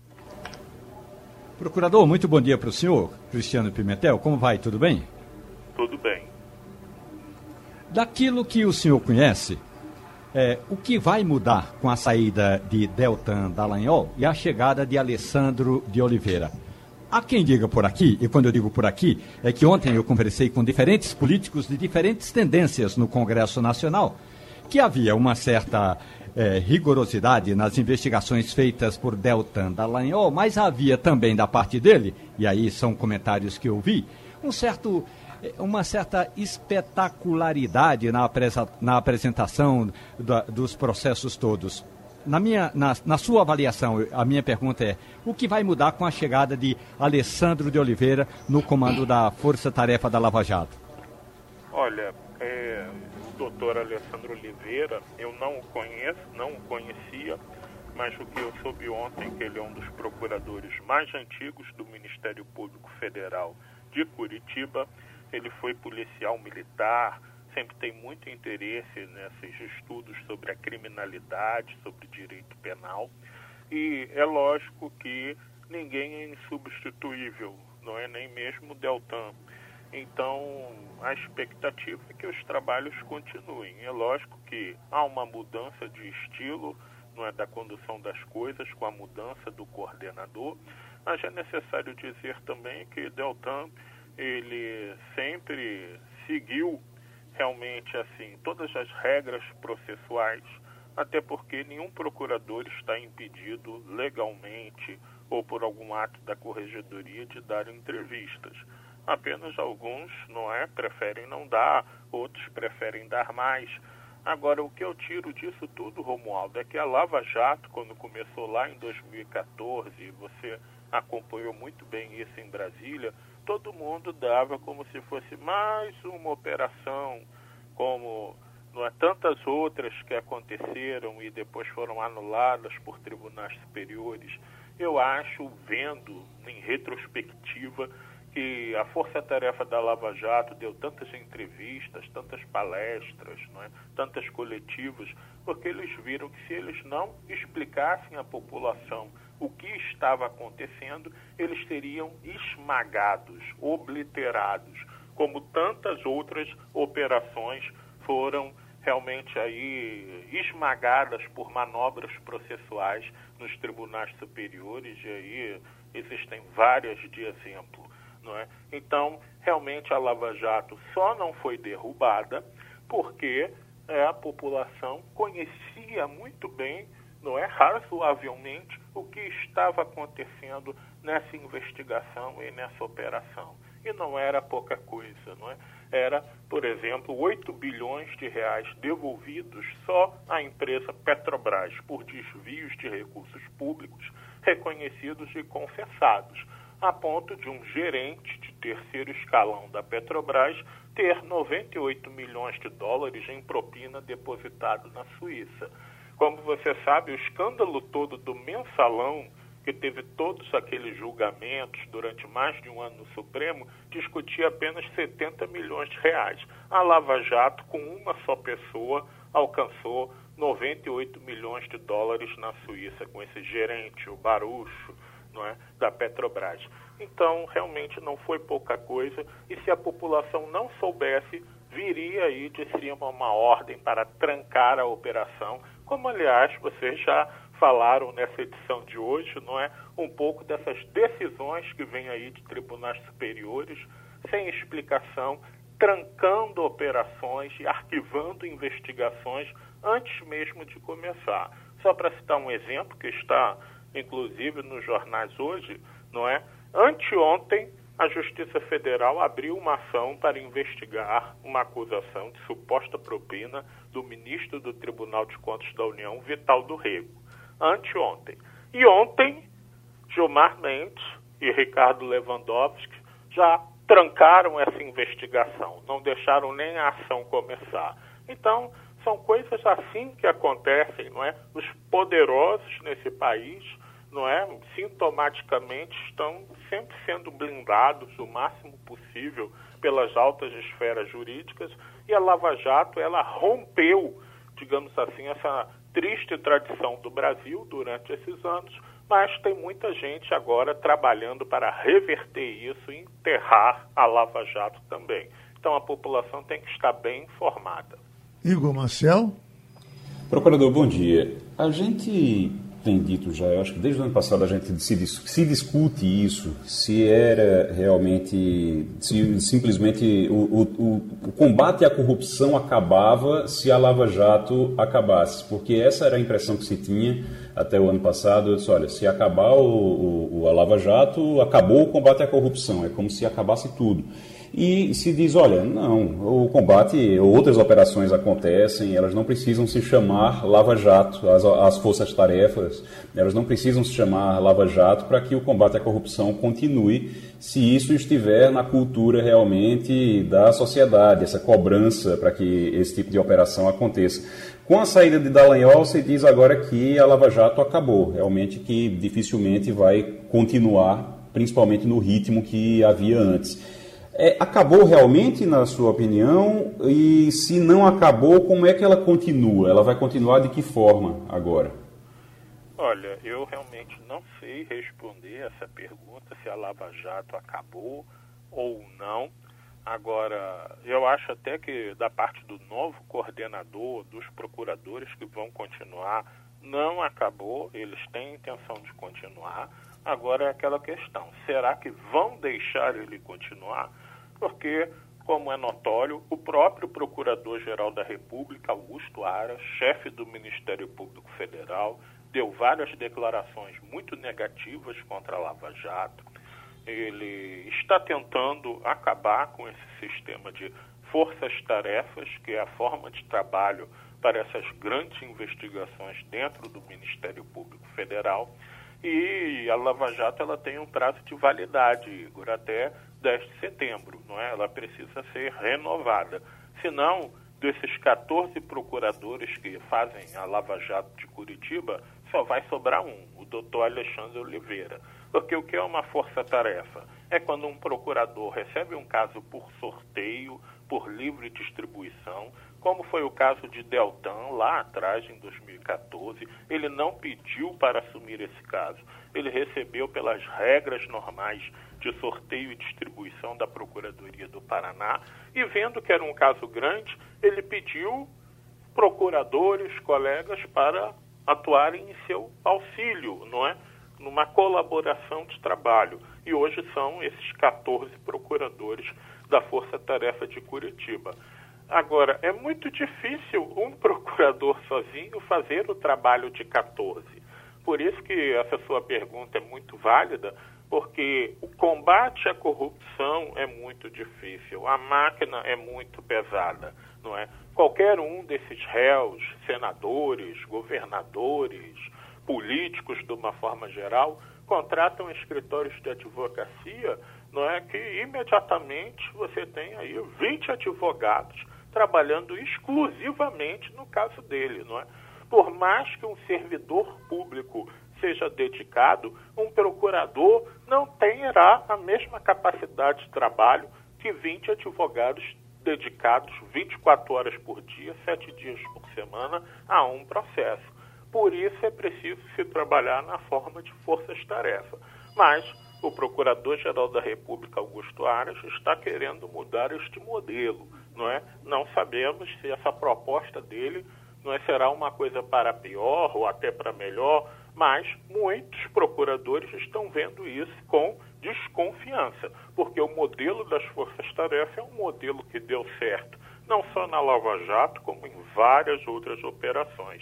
Procurador, muito bom dia para o senhor, Cristiano Pimentel. Como vai? Tudo bem? Tudo bem. Daquilo que o senhor conhece, O que vai mudar com a saída de Deltan Dallagnol e a chegada de Alessandro de Oliveira? Há quem diga por aqui, e quando eu digo por aqui, é que ontem eu conversei com diferentes políticos de diferentes tendências no Congresso Nacional, que havia uma certa rigorosidade nas investigações feitas por Deltan Dallagnol, mas havia também da parte dele, e aí são comentários que eu vi, uma certa espetacularidade na apresentação dos processos todos. Na sua avaliação, a minha pergunta é: o que vai mudar com a chegada de Alessandro de Oliveira no comando da Força Tarefa da Lava Jato? Olha, o doutor Alessandro Oliveira, eu não o conhecia, mas o que eu soube ontem, que ele é um dos procuradores mais antigos do Ministério Público Federal de Curitiba. Ele foi policial militar, sempre tem muito interesse nesses estudos sobre a criminalidade, sobre direito penal. E é lógico que ninguém é insubstituível, não é nem mesmo Deltan. Então, a expectativa é que os trabalhos continuem. É lógico que há uma mudança de estilo, não é, da condução das coisas, com a mudança do coordenador, mas é necessário dizer também que Deltan, ele sempre seguiu realmente assim todas as regras processuais, até porque nenhum procurador está impedido legalmente ou por algum ato da corregedoria de dar entrevistas. Apenas alguns, não é, preferem não dar, outros preferem dar mais. Agora, o que eu tiro disso tudo, Romualdo, é que a Lava Jato, quando começou lá em 2014, você acompanhou muito bem isso em Brasília, todo mundo dava como se fosse mais uma operação, como não é, tantas outras que aconteceram e depois foram anuladas por tribunais superiores. Eu acho, vendo em retrospectiva, que a Força-Tarefa da Lava Jato deu tantas entrevistas, tantas palestras, não é? Tantas coletivas, porque eles viram que se eles não explicassem à população o que estava acontecendo, eles seriam esmagados, obliterados, como tantas outras operações foram realmente aí esmagadas por manobras processuais nos tribunais superiores, e aí existem várias de exemplo. Não é? Então, realmente a Lava Jato só não foi derrubada porque a população conhecia muito bem, não é, razoavelmente, o que estava acontecendo nessa investigação e nessa operação. E não era pouca coisa, não é? Era, por exemplo, 8 bilhões de reais devolvidos só à empresa Petrobras por desvios de recursos públicos reconhecidos e confessados, a ponto de um gerente de terceiro escalão da Petrobras ter 98 milhões de dólares em propina depositado na Suíça. Como você sabe, o escândalo todo do mensalão, que teve todos aqueles julgamentos durante mais de um ano no Supremo, discutia apenas 70 milhões de reais. A Lava Jato, com uma só pessoa, alcançou 98 milhões de dólares na Suíça, com esse gerente, o Barucho, não é, da Petrobras. Então, realmente não foi pouca coisa, e se a população não soubesse, viria aí de cima uma ordem para trancar a operação, como, aliás, vocês já falaram nessa edição de hoje, não é, um pouco dessas decisões que vêm aí de tribunais superiores, sem explicação, trancando operações e arquivando investigações antes mesmo de começar. Só para citar um exemplo que está, inclusive, nos jornais hoje, não é? Anteontem, a Justiça Federal abriu uma ação para investigar uma acusação de suposta propina do ministro do Tribunal de Contas da União, Vital do Rego. Anteontem. E ontem, Gilmar Mendes e Ricardo Lewandowski já trancaram essa investigação, não deixaram nem a ação começar. Então, são coisas assim que acontecem, não é? Os poderosos nesse país, não é, sintomaticamente estão sempre sendo blindados o máximo possível pelas altas esferas jurídicas, e a Lava Jato, ela rompeu, digamos assim, essa triste tradição do Brasil durante esses anos, mas tem muita gente agora trabalhando para reverter isso e enterrar a Lava Jato também. Então a população tem que estar bem informada. Igor Marcel? Procurador, bom dia. A gente tem dito já, eu acho que desde o ano passado a gente se discute isso, se era realmente, se simplesmente o combate à corrupção acabava se a Lava Jato acabasse, porque essa era a impressão que se tinha até o ano passado. Eu disse, olha, se acabar a Lava Jato, acabou o combate à corrupção, é como se acabasse tudo. E se diz, olha, não, o combate, outras operações acontecem, elas não precisam se chamar Lava Jato, as forças-tarefas, elas não precisam se chamar Lava Jato para que o combate à corrupção continue, se isso estiver na cultura realmente da sociedade, essa cobrança para que esse tipo de operação aconteça. Com a saída de Dallagnol, se diz agora que a Lava Jato acabou, realmente que dificilmente vai continuar, principalmente no ritmo que havia antes. Acabou realmente, na sua opinião? E se não acabou, como é que ela continua? Ela vai continuar de que forma agora? Olha, eu realmente não sei responder essa pergunta, se a Lava Jato acabou ou não. Agora, eu acho até que da parte do novo coordenador, dos procuradores que vão continuar, não acabou, eles têm intenção de continuar. Agora é aquela questão, será que vão deixar ele continuar? Porque, como é notório, o próprio Procurador-Geral da República, Augusto Aras, chefe do Ministério Público Federal, deu várias declarações muito negativas contra a Lava Jato. Ele está tentando acabar com esse sistema de forças-tarefas, que é a forma de trabalho para essas grandes investigações dentro do Ministério Público Federal. E a Lava Jato ela tem um prazo de validade, Igor, até 10 de setembro, não é? Ela precisa ser renovada. Senão, desses 14 procuradores que fazem a Lava Jato de Curitiba, só vai sobrar um, o doutor Alexandre Oliveira. Porque o que é uma força-tarefa? É quando um procurador recebe um caso por sorteio, por livre distribuição, como foi o caso de Deltan, lá atrás, em 2014. Ele não pediu para assumir esse caso. Ele recebeu pelas regras normais de sorteio e distribuição da Procuradoria do Paraná, e vendo que era um caso grande, ele pediu procuradores, colegas, para atuarem em seu auxílio, não é? Numa colaboração de trabalho. E hoje são esses 14 procuradores da Força Tarefa de Curitiba. Agora, é muito difícil um procurador sozinho fazer o trabalho de 14. Por isso que essa sua pergunta é muito válida, porque o combate à corrupção é muito difícil, a máquina é muito pesada, não é? Qualquer um desses réus, senadores, governadores, políticos de uma forma geral, contratam escritórios de advocacia, não é, que imediatamente você tem aí 20 advogados trabalhando exclusivamente no caso dele, não é? Por mais que um servidor público seja dedicado, um procurador não terá a mesma capacidade de trabalho que 20 advogados dedicados 24 horas por dia, 7 dias por semana a um processo. Por isso é preciso se trabalhar na forma de forças-tarefa. Mas o Procurador-Geral da República, Augusto Aras, está querendo mudar este modelo, não é? Não sabemos se essa proposta dele não é, será uma coisa para pior ou até para melhor, mas muitos procuradores estão vendo isso com desconfiança, porque o modelo das forças-tarefa é um modelo que deu certo, não só na Lava Jato, como em várias outras operações.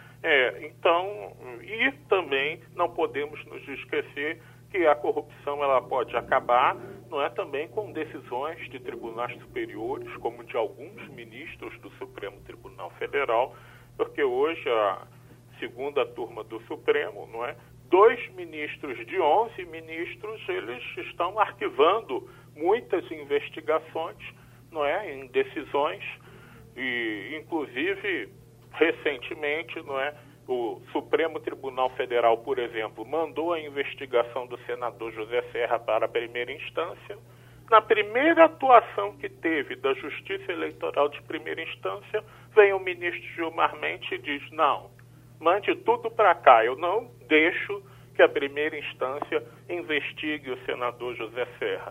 Então, e também não podemos nos esquecer que a corrupção ela pode acabar, não é, também com decisões de tribunais superiores, como de alguns ministros do Supremo Tribunal Federal, porque hoje a segunda turma do Supremo, não é, 2 ministros de 11 ministros, eles estão arquivando muitas investigações, não é, em decisões, e inclusive recentemente, não é, o Supremo Tribunal Federal, por exemplo, mandou a investigação do senador José Serra para a primeira instância. Na primeira atuação que teve da Justiça Eleitoral de primeira instância, vem o ministro Gilmar Mendes e diz, não, mande tudo para cá, eu não deixo que a primeira instância investigue o senador José Serra.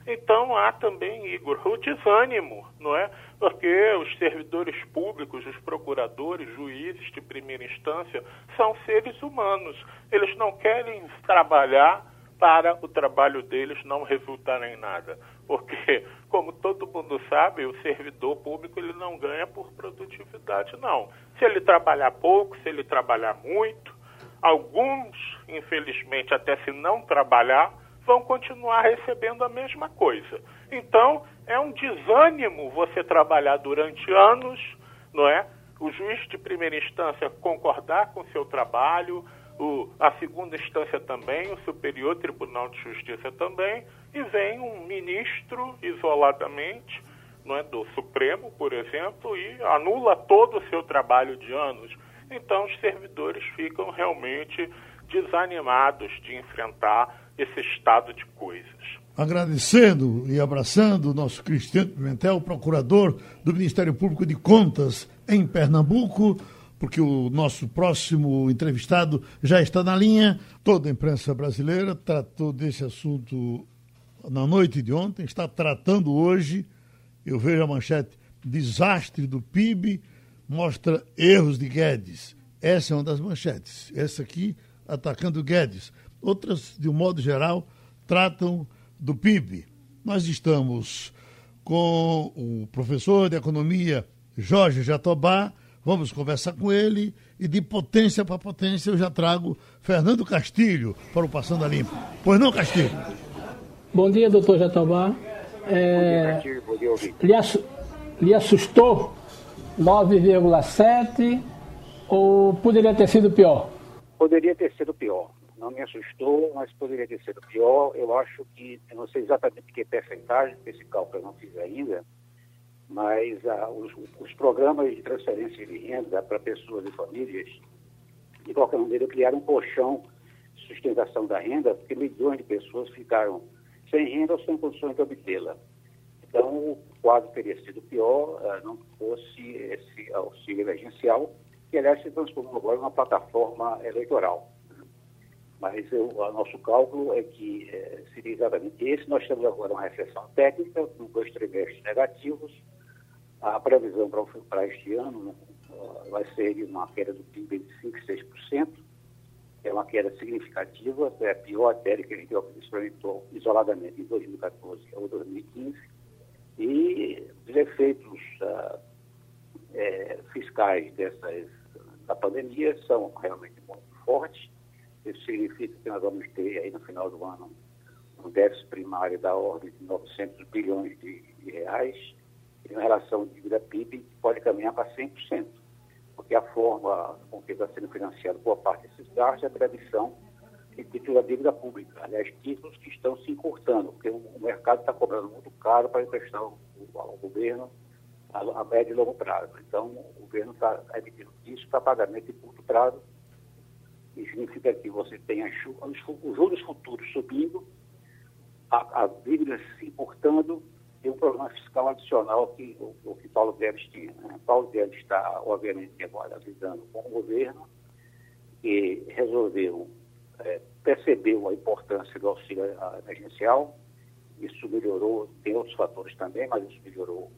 Então há também, Igor, o desânimo, não é? Porque os servidores públicos, os procuradores, juízes de primeira instância, são seres humanos. Eles não querem trabalhar para o trabalho deles não resultar em nada. Porque, como todo mundo sabe, o servidor público ele não ganha por produtividade, não. Se ele trabalhar pouco, se ele trabalhar muito, alguns, infelizmente, até se não trabalhar, vão continuar recebendo a mesma coisa. Então, é um desânimo você trabalhar durante anos, não é? O juiz de primeira instância concordar com o seu trabalho, a segunda instância também, o Superior Tribunal de Justiça também, e vem um ministro isoladamente, não é, do Supremo, por exemplo, e anula todo o seu trabalho de anos. Então, os servidores ficam realmente desanimados de enfrentar esse estado de coisas. Agradecendo e abraçando o nosso Cristiano Pimentel, procurador do Ministério Público de Contas em Pernambuco, porque o nosso próximo entrevistado já está na linha. Toda a imprensa brasileira tratou desse assunto na noite de ontem, está tratando hoje. Eu vejo a manchete: desastre do PIB mostra erros de Guedes. Essa é uma das manchetes. Essa aqui atacando Guedes. Outras, de um modo geral, tratam do PIB. Nós estamos com o professor de economia Jorge Jatobá. Vamos conversar com ele e de potência para potência eu já trago Fernando Castilho para o Passando a Limpo. Pois não, Castilho? Bom dia, doutor Jatobá. Bom dia, Castilho. Bom dia, ouvinte. Lhe assustou 9,7 ou poderia ter sido pior? Poderia ter sido pior. Não me assustou, mas poderia ter sido pior. Eu acho que, eu não sei exatamente que percentagem, esse cálculo eu não fiz ainda, mas os programas de transferência de renda para pessoas e famílias, de qualquer maneira, criaram um colchão de sustentação da renda, porque milhões de pessoas ficaram sem renda ou sem condições de obtê-la. Então, o quadro teria sido pior não fosse esse auxílio emergencial, que, aliás, se transformou agora numa plataforma eleitoral. Mas o nosso cálculo é que seria exatamente esse. Nós temos agora uma recessão técnica, com 2 trimestres negativos. A previsão para este ano vai ser uma queda do PIB de 5% e 6%. É uma queda significativa, é a pior até que a gente experimentou isoladamente em 2014 ou 2015. E os efeitos fiscais da pandemia são realmente muito fortes. Isso significa que nós vamos ter aí no final do ano um déficit primário da ordem de 900 bilhões de reais, em relação de dívida PIB pode caminhar para 100%, porque a forma com que está sendo financiado boa parte desses gastos é a tradição de título da dívida pública. Aliás, títulos que estão se encurtando, porque o mercado está cobrando muito caro para emprestar ao governo a médio e longo prazo. Então, o governo está emitindo isso para pagamento de curto prazo. Isso significa que você tem os juros futuros subindo, a dívida se encurtando e um problema fiscal adicional que o que Paulo Guedes tinha. Né? Paulo Guedes está, obviamente, agora lidando com o governo, que resolveu, percebeu a importância do auxílio emergencial. Isso melhorou, tem outros fatores também, mas isso melhorou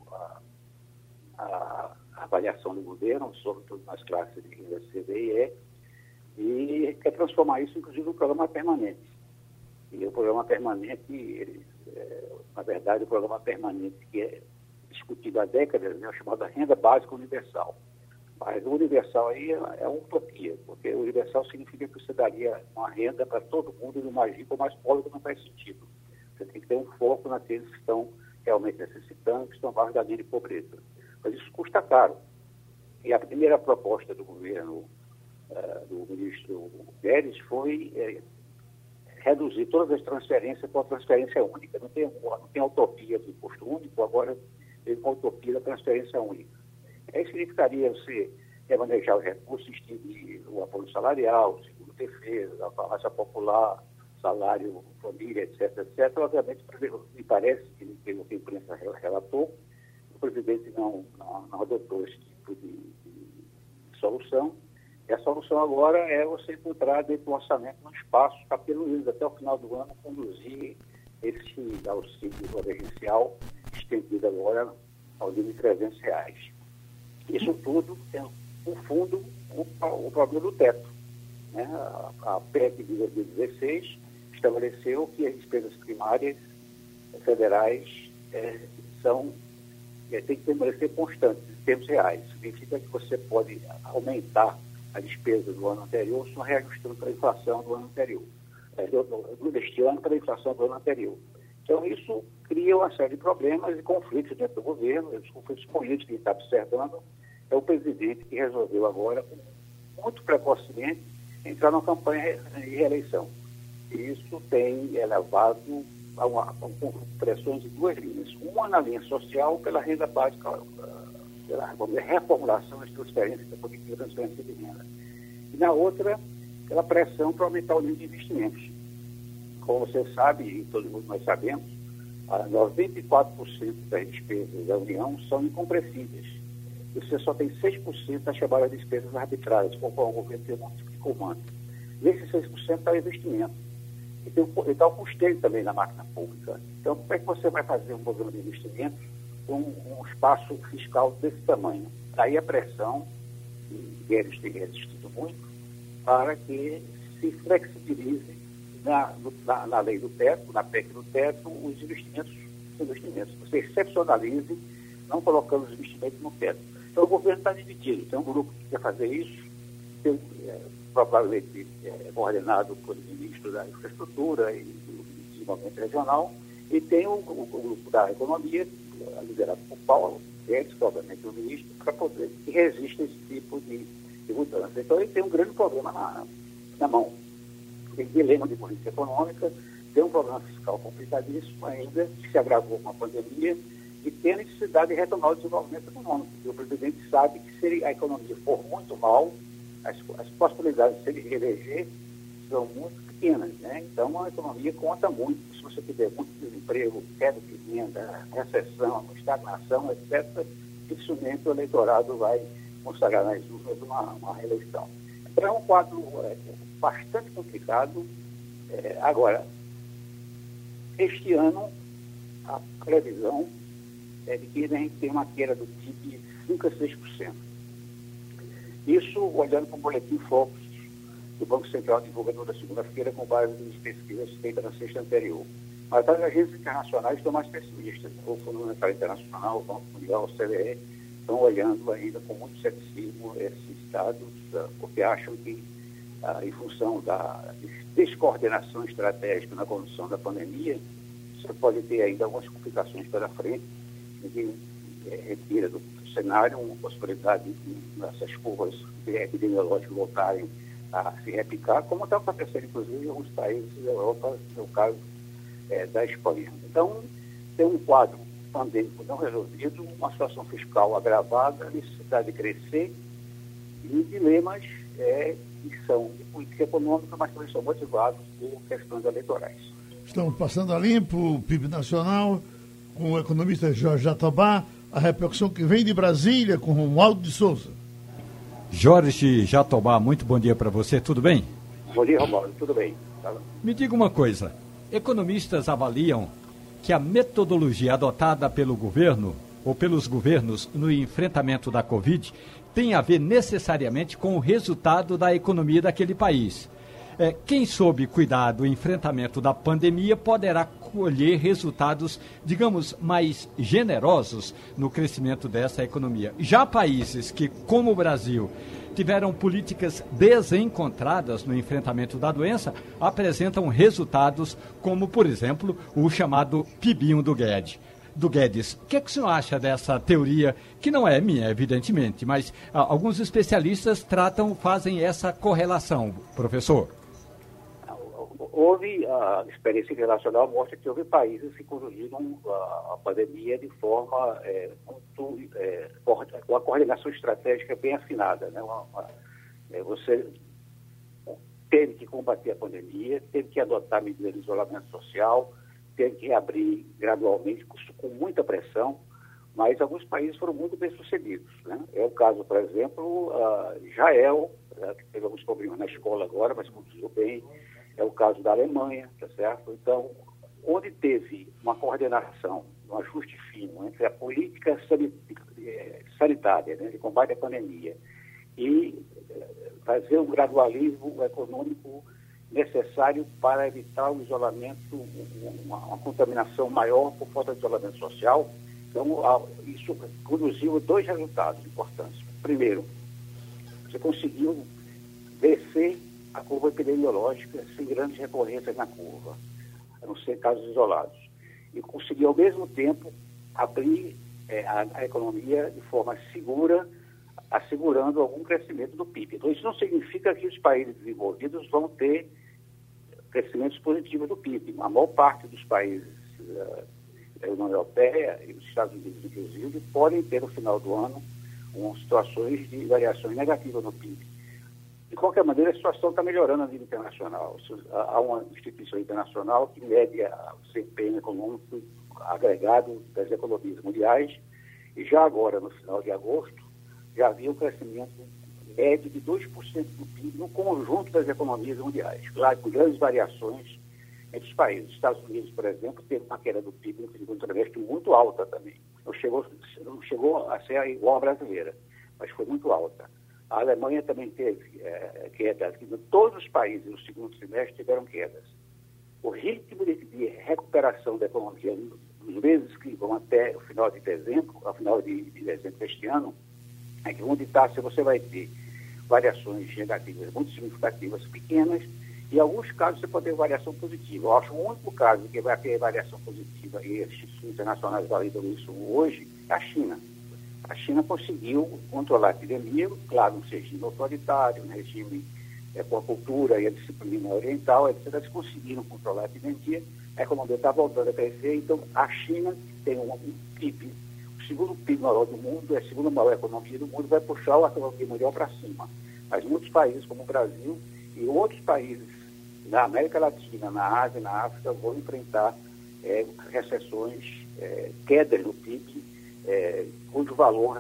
a avaliação do governo, sobretudo nas classes de renda C, D e E, quer transformar isso, inclusive, num programa permanente. E o programa permanente, na verdade, o programa permanente que é discutido há décadas é o chamado Renda Básica Universal. Mas o universal aí é uma utopia, porque o universal significa que você daria uma renda para todo mundo, do mais rico ou mais pobre, que não faz sentido. Você tem que ter um foco naqueles que estão realmente necessitando, que estão abaixo da linha de pobreza. Mas isso custa caro. E a primeira proposta do governo do ministro Guedes foi reduzir todas as transferências para uma transferência única. Não tem utopia do imposto único, agora tem uma utopia da transferência única. Isso significaria você remanejar os recursos, extinguir o apoio salarial, o seguro-defesa, a farmácia popular, salário, família, etc., etc. Obviamente, me parece que, pelo que a imprensa relatou, o presidente não adotou esse tipo de solução. E a solução agora é você encontrar dentro do orçamento um espaço para, pelo menos até o final do ano, conduzir esse auxílio emergencial estendido agora ao nível de R$300. Isso tudo é, no fundo, o problema do teto. Né? A PEC de 2016 estabeleceu que as despesas primárias federais têm que permanecer constantes em termos reais. Significa que você pode aumentar a despesa do ano anterior só reajustando para a inflação do ano anterior. Deste ano para a inflação do ano anterior. Então, isso cria uma série de problemas e conflitos dentro do governo, os conflitos políticos que está observando. É o presidente que resolveu agora, muito precocemente, entrar numa campanha de reeleição. E isso tem levado a pressões de duas linhas. Uma na linha social, pela renda básica, pela reformulação das transferências, da política de transferência de renda. E na outra, pela pressão para aumentar o nível de investimentos. Como você sabe, e todo mundo nós sabemos, 94% das despesas da União são incompressíveis. Você só tem 6% das chamadas despesas arbitrárias, conforme o governo tem um comando. Nesses 6% está o investimento. E está o custeio também na máquina pública. Então, como é que você vai fazer um programa de investimento com um espaço fiscal desse tamanho? Daí a pressão, que eles têm resistido muito, para que se flexibilize na lei do teto, na PEC do teto, os investimentos. Você excepcionalize, não colocando os investimentos no teto. Então, o governo está dividido. Tem um grupo que quer fazer isso, provavelmente coordenado pelo ministro da Infraestrutura e do Desenvolvimento Regional, e tem o grupo da Economia, liderado por Paulo Guedes, que obviamente é o ministro, para poder que resista a esse tipo de mudança. Então, ele tem um grande problema na mão. Tem dilema de política econômica, tem um problema fiscal complicadíssimo ainda, que se agravou com a pandemia, e tem a necessidade de retomar o desenvolvimento econômico. E o presidente sabe que se a economia for muito mal, as possibilidades de se ele reeleger são muito pequenas, né? Então, a economia conta muito. Se você tiver muito desemprego, queda de renda, recessão, estagnação, etc., dificilmente o eleitorado vai consagrar nas urnas uma reeleição. Então, é um quadro bastante complicado. Agora, este ano, a previsão é de que a gente tem uma queda do PIB de 5% a 6%. Isso olhando para o boletim Focus do Banco Central divulgador da segunda-feira com base nas pesquisas feitas na sexta anterior. Mas as agências internacionais estão mais pessimistas. O Fundo Monetário Internacional, o Banco Mundial, o CDE, estão olhando ainda com muito ceticismo esses dados, porque acham que, em função da descoordenação estratégica na condução da pandemia, você pode ter ainda algumas complicações pela frente. Ninguém retira do cenário uma possibilidade de essas curvas epidemiológicas voltarem a se repicar, como está acontecendo, inclusive, em alguns países da Europa, no caso da Espanha. Então, tem um quadro pandêmico não resolvido, uma situação fiscal agravada, necessidade de crescer e dilemas que são de política econômica, mas também são motivados por questões eleitorais. Estamos passando a limpo o PIB nacional com o economista Jorge Jatobá, a repercussão que vem de Brasília com Romualdo de Souza. Jorge Jatobá, muito bom dia para você, tudo bem? Bom dia, Romualdo, tudo bem. Me diga uma coisa, economistas avaliam que a metodologia adotada pelo governo ou pelos governos no enfrentamento da Covid tem a ver necessariamente com o resultado da economia daquele país. Quem soube cuidar do enfrentamento da pandemia poderá colher resultados, digamos, mais generosos no crescimento dessa economia. Já países que, como o Brasil, tiveram políticas desencontradas no enfrentamento da doença, apresentam resultados como, por exemplo, o chamado PIBinho do Guedes. O que é que o senhor acha dessa teoria, que não é minha, evidentemente, mas alguns especialistas fazem essa correlação, professor? Houve, a experiência internacional mostra que houve países que conduziram a pandemia de forma com a coordenação estratégica bem afinada, né? Você teve que combater a pandemia, teve que adotar medidas de isolamento social, teve que reabrir gradualmente, com muita pressão, mas alguns países foram muito bem-sucedidos, né? É o caso, por exemplo, Israel, que teve alguns problemas na escola agora, mas conduziu bem. É o caso da Alemanha, tá certo? Então, onde teve uma coordenação, um ajuste fino entre a política sanitária, né, de combate à pandemia, e fazer um gradualismo econômico necessário para evitar o isolamento, uma contaminação maior por falta de isolamento social. Então, isso conduziu a 2 resultados importantes. Primeiro, você conseguiu descer a curva epidemiológica sem grandes recorrências na curva, a não ser casos isolados. E conseguiu, ao mesmo tempo, abrir a economia de forma segura, assegurando algum crescimento do PIB. Então, isso não significa que os países desenvolvidos vão ter crescimentos positivos do PIB. A maior parte dos países da União Europeia e os Estados Unidos, inclusive, podem ter, no final do ano, situações de variações negativas no PIB. De qualquer maneira, a situação está melhorando a nível internacional. Há uma instituição internacional que mede o desempenho econômico agregado das economias mundiais, e já agora, no final de agosto, já havia um crescimento médio de 2% do PIB no conjunto das economias mundiais, claro, com grandes variações entre os países. Os Estados Unidos, por exemplo, teve uma queda do PIB no segundo trimestre muito alta também. Não chegou a ser igual à brasileira, mas foi muito alta. A Alemanha também teve quedas. Todos os países no segundo trimestre tiveram quedas. O ritmo de recuperação da economia nos meses que vão até o final de dezembro, ao final de dezembro deste ano, é que vão ditar se você vai ter variações negativas muito significativas, pequenas, e em alguns casos você pode ter variação positiva. Eu acho que o único caso que vai ter variação positiva, e as instituições internacionais validam isso hoje, é a China. A China conseguiu controlar a epidemia, claro, um regime autoritário, um regime com a cultura e a disciplina oriental, etc. Eles conseguiram controlar a epidemia, a economia está voltando a crescer. Então, a China tem um PIB, o segundo PIB maior do mundo, é a segunda maior economia do mundo, vai puxar a economia mundial para cima. Mas muitos países, como o Brasil e outros países na América Latina, na Ásia e na África, vão enfrentar recessões, quedas no PIB, cujo valor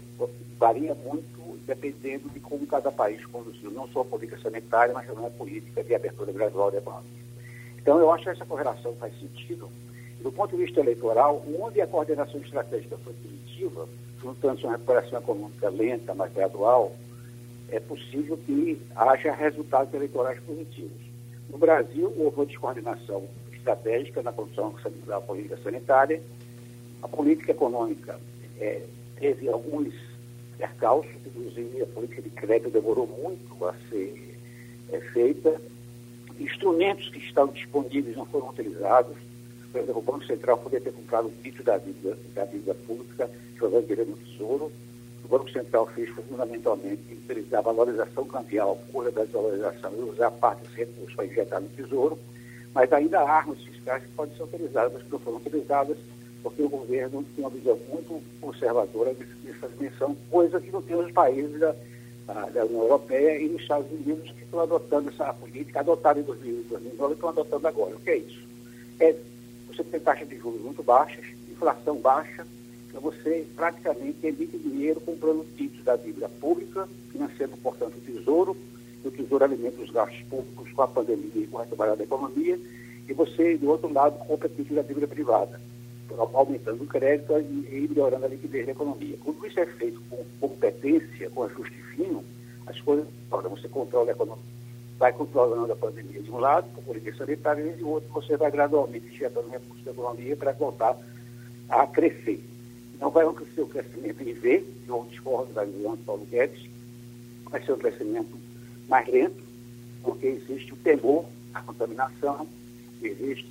varia muito dependendo de como cada país conduziu, não só a política sanitária, mas também a política de abertura gradual da economia. Então, eu acho que essa correlação faz sentido. Do ponto de vista eleitoral, onde a coordenação estratégica foi positiva, juntando-se uma recuperação econômica lenta, mas gradual, é possível que haja resultados eleitorais positivos. No Brasil, houve uma descoordenação estratégica na condução da política sanitária. A política econômica teve alguns percalços, inclusive a política de crédito demorou muito a ser feita. Instrumentos que estavam disponíveis não foram utilizados. Por exemplo, o Banco Central poderia ter comprado um título da dívida pública, jogando dinheiro no Tesouro. O Banco Central fez fundamentalmente utilizar a valorização cambial, cura da desvalorização, e usar parte dos recursos para injetar no Tesouro. Mas ainda há armas fiscais que podem ser utilizadas, mas que não foram utilizadas, porque o governo tem uma visão muito conservadora dessa dimensão, coisa que não tem nos países da União Europeia e nos Estados Unidos, que estão adotando essa política, adotaram em 2009 e estão adotando agora. O que é isso? Você tem taxas de juros muito baixas, inflação baixa, então você praticamente emite dinheiro comprando títulos da dívida pública, financiando, portanto, o Tesouro, e o Tesouro alimenta os gastos públicos com a pandemia e com a retomada da economia, e você, do outro lado, compra títulos da dívida privada, aumentando o crédito e melhorando a liquidez da economia. Quando isso é feito com competência, com ajuste fino, as coisas, você controla a economia, vai controlando a pandemia de um lado, com política sanitária, e de outro você vai gradualmente injetando recursos da economia para voltar a crescer. Não vai ser o crescimento em V, que eu discordo da visão de Paulo Guedes, vai ser um crescimento mais lento, porque existe o temor à contaminação, existe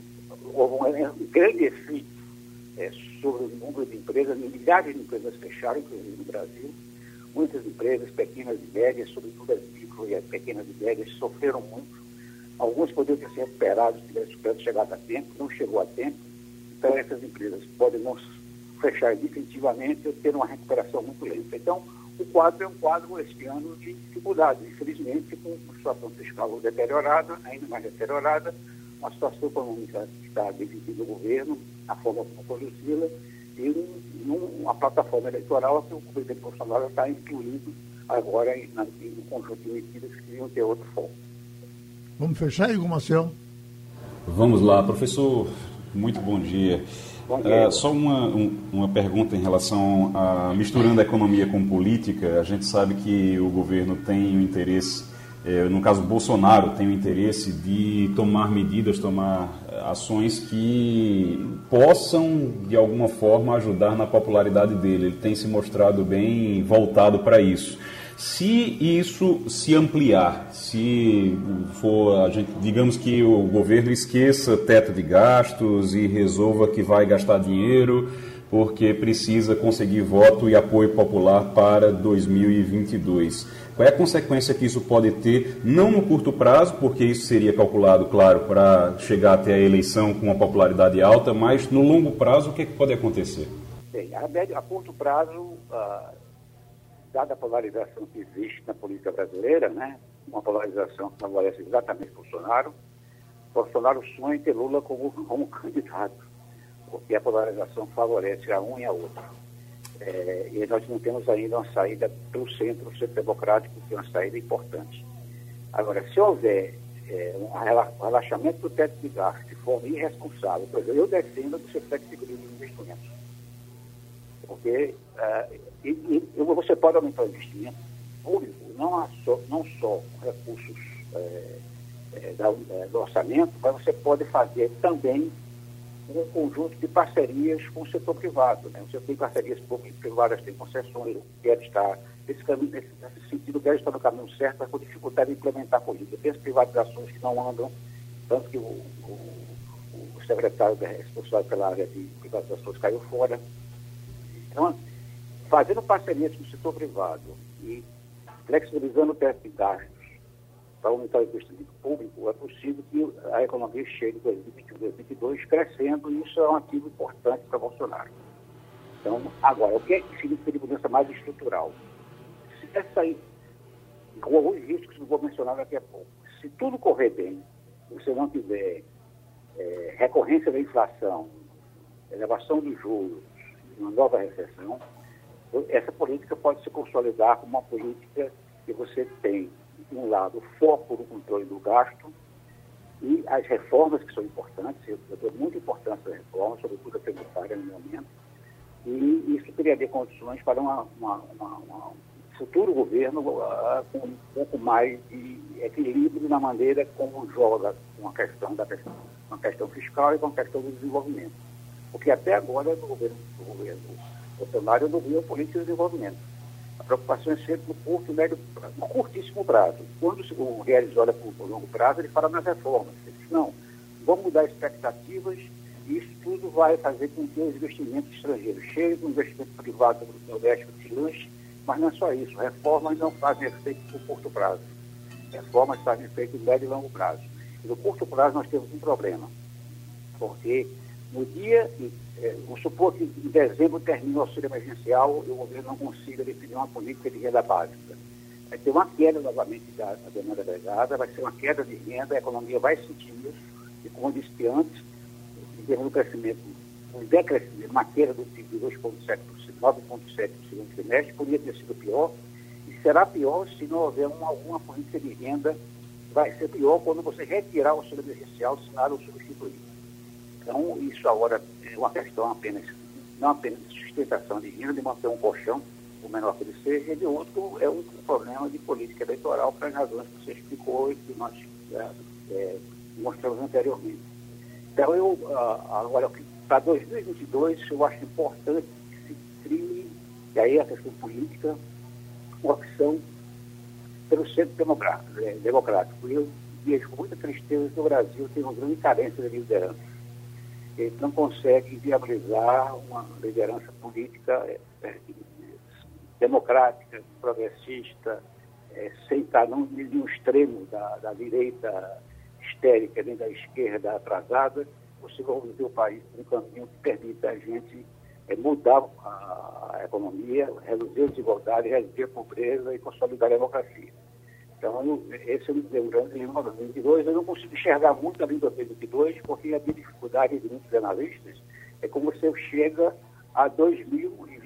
um grande efeito sobre o número de empresas, milhares de empresas fecharam, inclusive no Brasil. Muitas empresas, pequenas e médias, sobretudo as micro e pequenas e médias, sofreram muito. Alguns poderiam ter se recuperado se tivesse chegado a tempo, não chegou a tempo. Então, essas empresas podem não fechar definitivamente ou ter uma recuperação muito lenta. Então, o quadro é um quadro, este ano, de dificuldades, infelizmente, com uma situação fiscal deteriorada, ainda mais deteriorada, uma situação econômica que está dividida no governo, a forma como conduzi-la, e uma plataforma eleitoral que o presidente Bolsonaro está incluindo agora no conjunto de medidas que deviam ter outro foco. Vamos fechar, Igor Marcel? Vamos lá, professor, muito bom dia. Bom dia. Só uma pergunta em relação a misturando a economia com política. A gente sabe que o governo tem o interesse, no caso Bolsonaro, tem o interesse de tomar medidas, tomar ações que possam, de alguma forma, ajudar na popularidade dele. Ele tem se mostrado bem voltado para isso. Se isso se ampliar, se for, digamos que o governo esqueça teto de gastos e resolva que vai gastar dinheiro porque precisa conseguir voto e apoio popular para 2022. Qual é a consequência que isso pode ter, não no curto prazo, porque isso seria calculado, claro, para chegar até a eleição com uma popularidade alta, mas no longo prazo, o que pode acontecer? Bem, a curto prazo, dada a polarização que existe na política brasileira, né, uma polarização que favorece exatamente Bolsonaro sonha em ter Lula como candidato, porque a polarização favorece a um e a outro. E nós não temos ainda uma saída pelo centro democrático, que é uma saída importante. Agora, se houver um relaxamento do teto de gasto de forma irresponsável, por exemplo, eu defendo que você pegue seguro de investimentos. Porque você pode aumentar o investimento público, não só com recursos do orçamento, mas você pode fazer também um conjunto de parcerias com o setor privado. Né? Você tem parcerias públicas e privadas, tem concessões, quer estar nesse sentido, quer estar no caminho certo, mas com dificuldade de implementar políticas. Tem as privatizações que não andam, tanto que o secretário responsável pela área de privatizações caiu fora. Então, fazendo parcerias com o setor privado e flexibilizando o teto de gastos para aumentar o investimento público, é possível que a economia chegue em 2021, 2022 crescendo, e isso é um ativo importante para Bolsonaro. Então, agora, o que é que significa de mudança mais estrutural? Se essa aí, com alguns riscos que eu vou mencionar daqui a pouco, se tudo correr bem, se você não tiver recorrência da inflação, elevação dos juros, uma nova recessão, essa política pode se consolidar como uma política que você tem, de um lado, foco no controle do gasto e as reformas que são importantes. Eu dou muita importância às reformas, sobretudo a tributária no momento, e isso criaria condições para um futuro governo com um pouco mais de equilíbrio na maneira como joga com a questão fiscal e com a questão do desenvolvimento. Porque até agora, no governo Bolsonaro, eu não vi a política de desenvolvimento. A preocupação é sempre no curto e médio prazo, no curtíssimo prazo. Quando o Guedes olha para o longo prazo, ele fala nas reformas. Ele diz, não, vamos mudar expectativas e isso tudo vai fazer com que os investimentos estrangeiros cheguem, o investimento privado no Nordeste se lanche, mas não é só isso. Reformas não fazem efeito no curto prazo. Reformas fazem efeito no médio e longo prazo. E no curto prazo nós temos um problema, porque no dia, vamos supor que em dezembro termina o auxílio emergencial e o governo não consiga definir uma política de renda básica. Vai ter uma queda novamente da demanda agregada, vai ser uma queda de renda, a economia vai sentir isso, e como eu disse antes, em termos do crescimento, um decrescimento, uma queda do PIB de 2,7%, 9,7% no segundo trimestre, poderia ter sido pior, e será pior se não houver alguma política de renda, vai ser pior quando você retirar o auxílio emergencial do cenário substituir. Então, isso agora é uma questão não apenas de sustentação de renda, de manter um colchão, o menor que ele seja, e de outro é um problema de política eleitoral, para as razões que você explicou e que nós mostramos anteriormente. Então, agora, para 2022, eu acho importante que se crie, e aí a questão política, uma opção pelo centro democrático. E eu vejo com muita tristeza que o Brasil tem uma grande carência de liderança. Ele não consegue viabilizar uma liderança política democrática, progressista, sem estar no extremo da direita histérica, nem da esquerda atrasada. Você vai conduzir o país por um caminho que permita a gente mudar a economia, reduzir a desigualdade, reduzir a pobreza e consolidar a democracia. Então, esse é um grande dilema de 2022. Eu não consigo enxergar muito além de 2022, porque a minha dificuldade de muitos analistas é como você chega a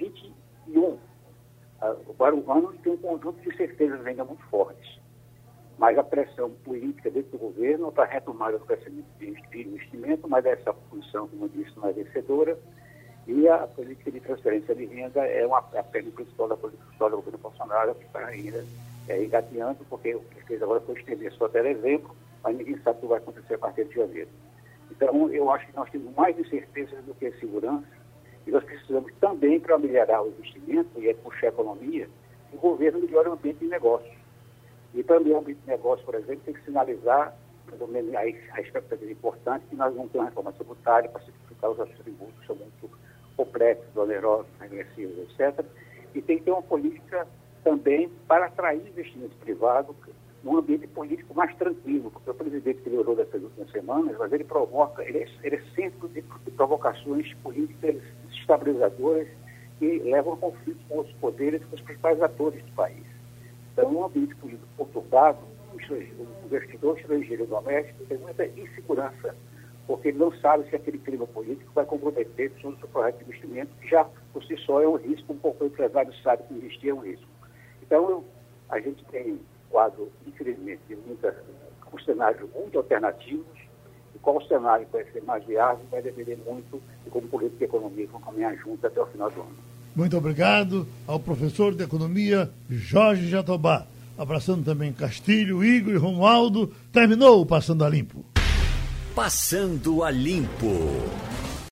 2021, para um ano que tem um conjunto de certezas ainda muito fortes. mas a pressão política dentro do governo para retomar o crescimento de investimento, mas essa posição, como eu disse, não é vencedora, e a política de transferência de renda é a perna principal da política fiscal do governo Bolsonaro, que está ainda engateando, porque o que fez agora foi estender só até dezembro, mas ninguém sabe o que vai acontecer a partir de janeiro. Então, eu acho que nós temos mais incertezas do que segurança, e nós precisamos também, para melhorar o investimento e puxar a economia, o governo melhora o ambiente de negócios. E também o ambiente de negócios, por exemplo, tem que sinalizar, pelo menos a expectativa importante, que nós vamos ter uma reforma tributária para simplificar os tributos, que são muito complexos, onerosos, regressivos, etc. E tem que ter uma política também para atrair investimento privado num ambiente político mais tranquilo, porque o presidente que melhorou dessas últimas semanas, mas ele é centro de provocações políticas estabilizadoras que levam a conflitos com outros poderes e com os principais atores do país. Então, um ambiente político conturbado, o investidor estrangeiro doméstico tem muita insegurança, porque ele não sabe se aquele clima político vai comprometer todo o seu projeto de investimento, que já por si só é um risco, um pouco o empresário sabe que investir é um risco. Então, a gente tem um quadro, infelizmente, de um cenário muito alternativos, e qual o cenário vai ser mais viável vai depender muito de como política e economia vão caminhar juntos até o final do ano. Muito obrigado ao professor de Economia Jorge Jatobá. Abraçando também Castilho, Igor e Romualdo. Terminou o Passando a Limpo. Passando a Limpo.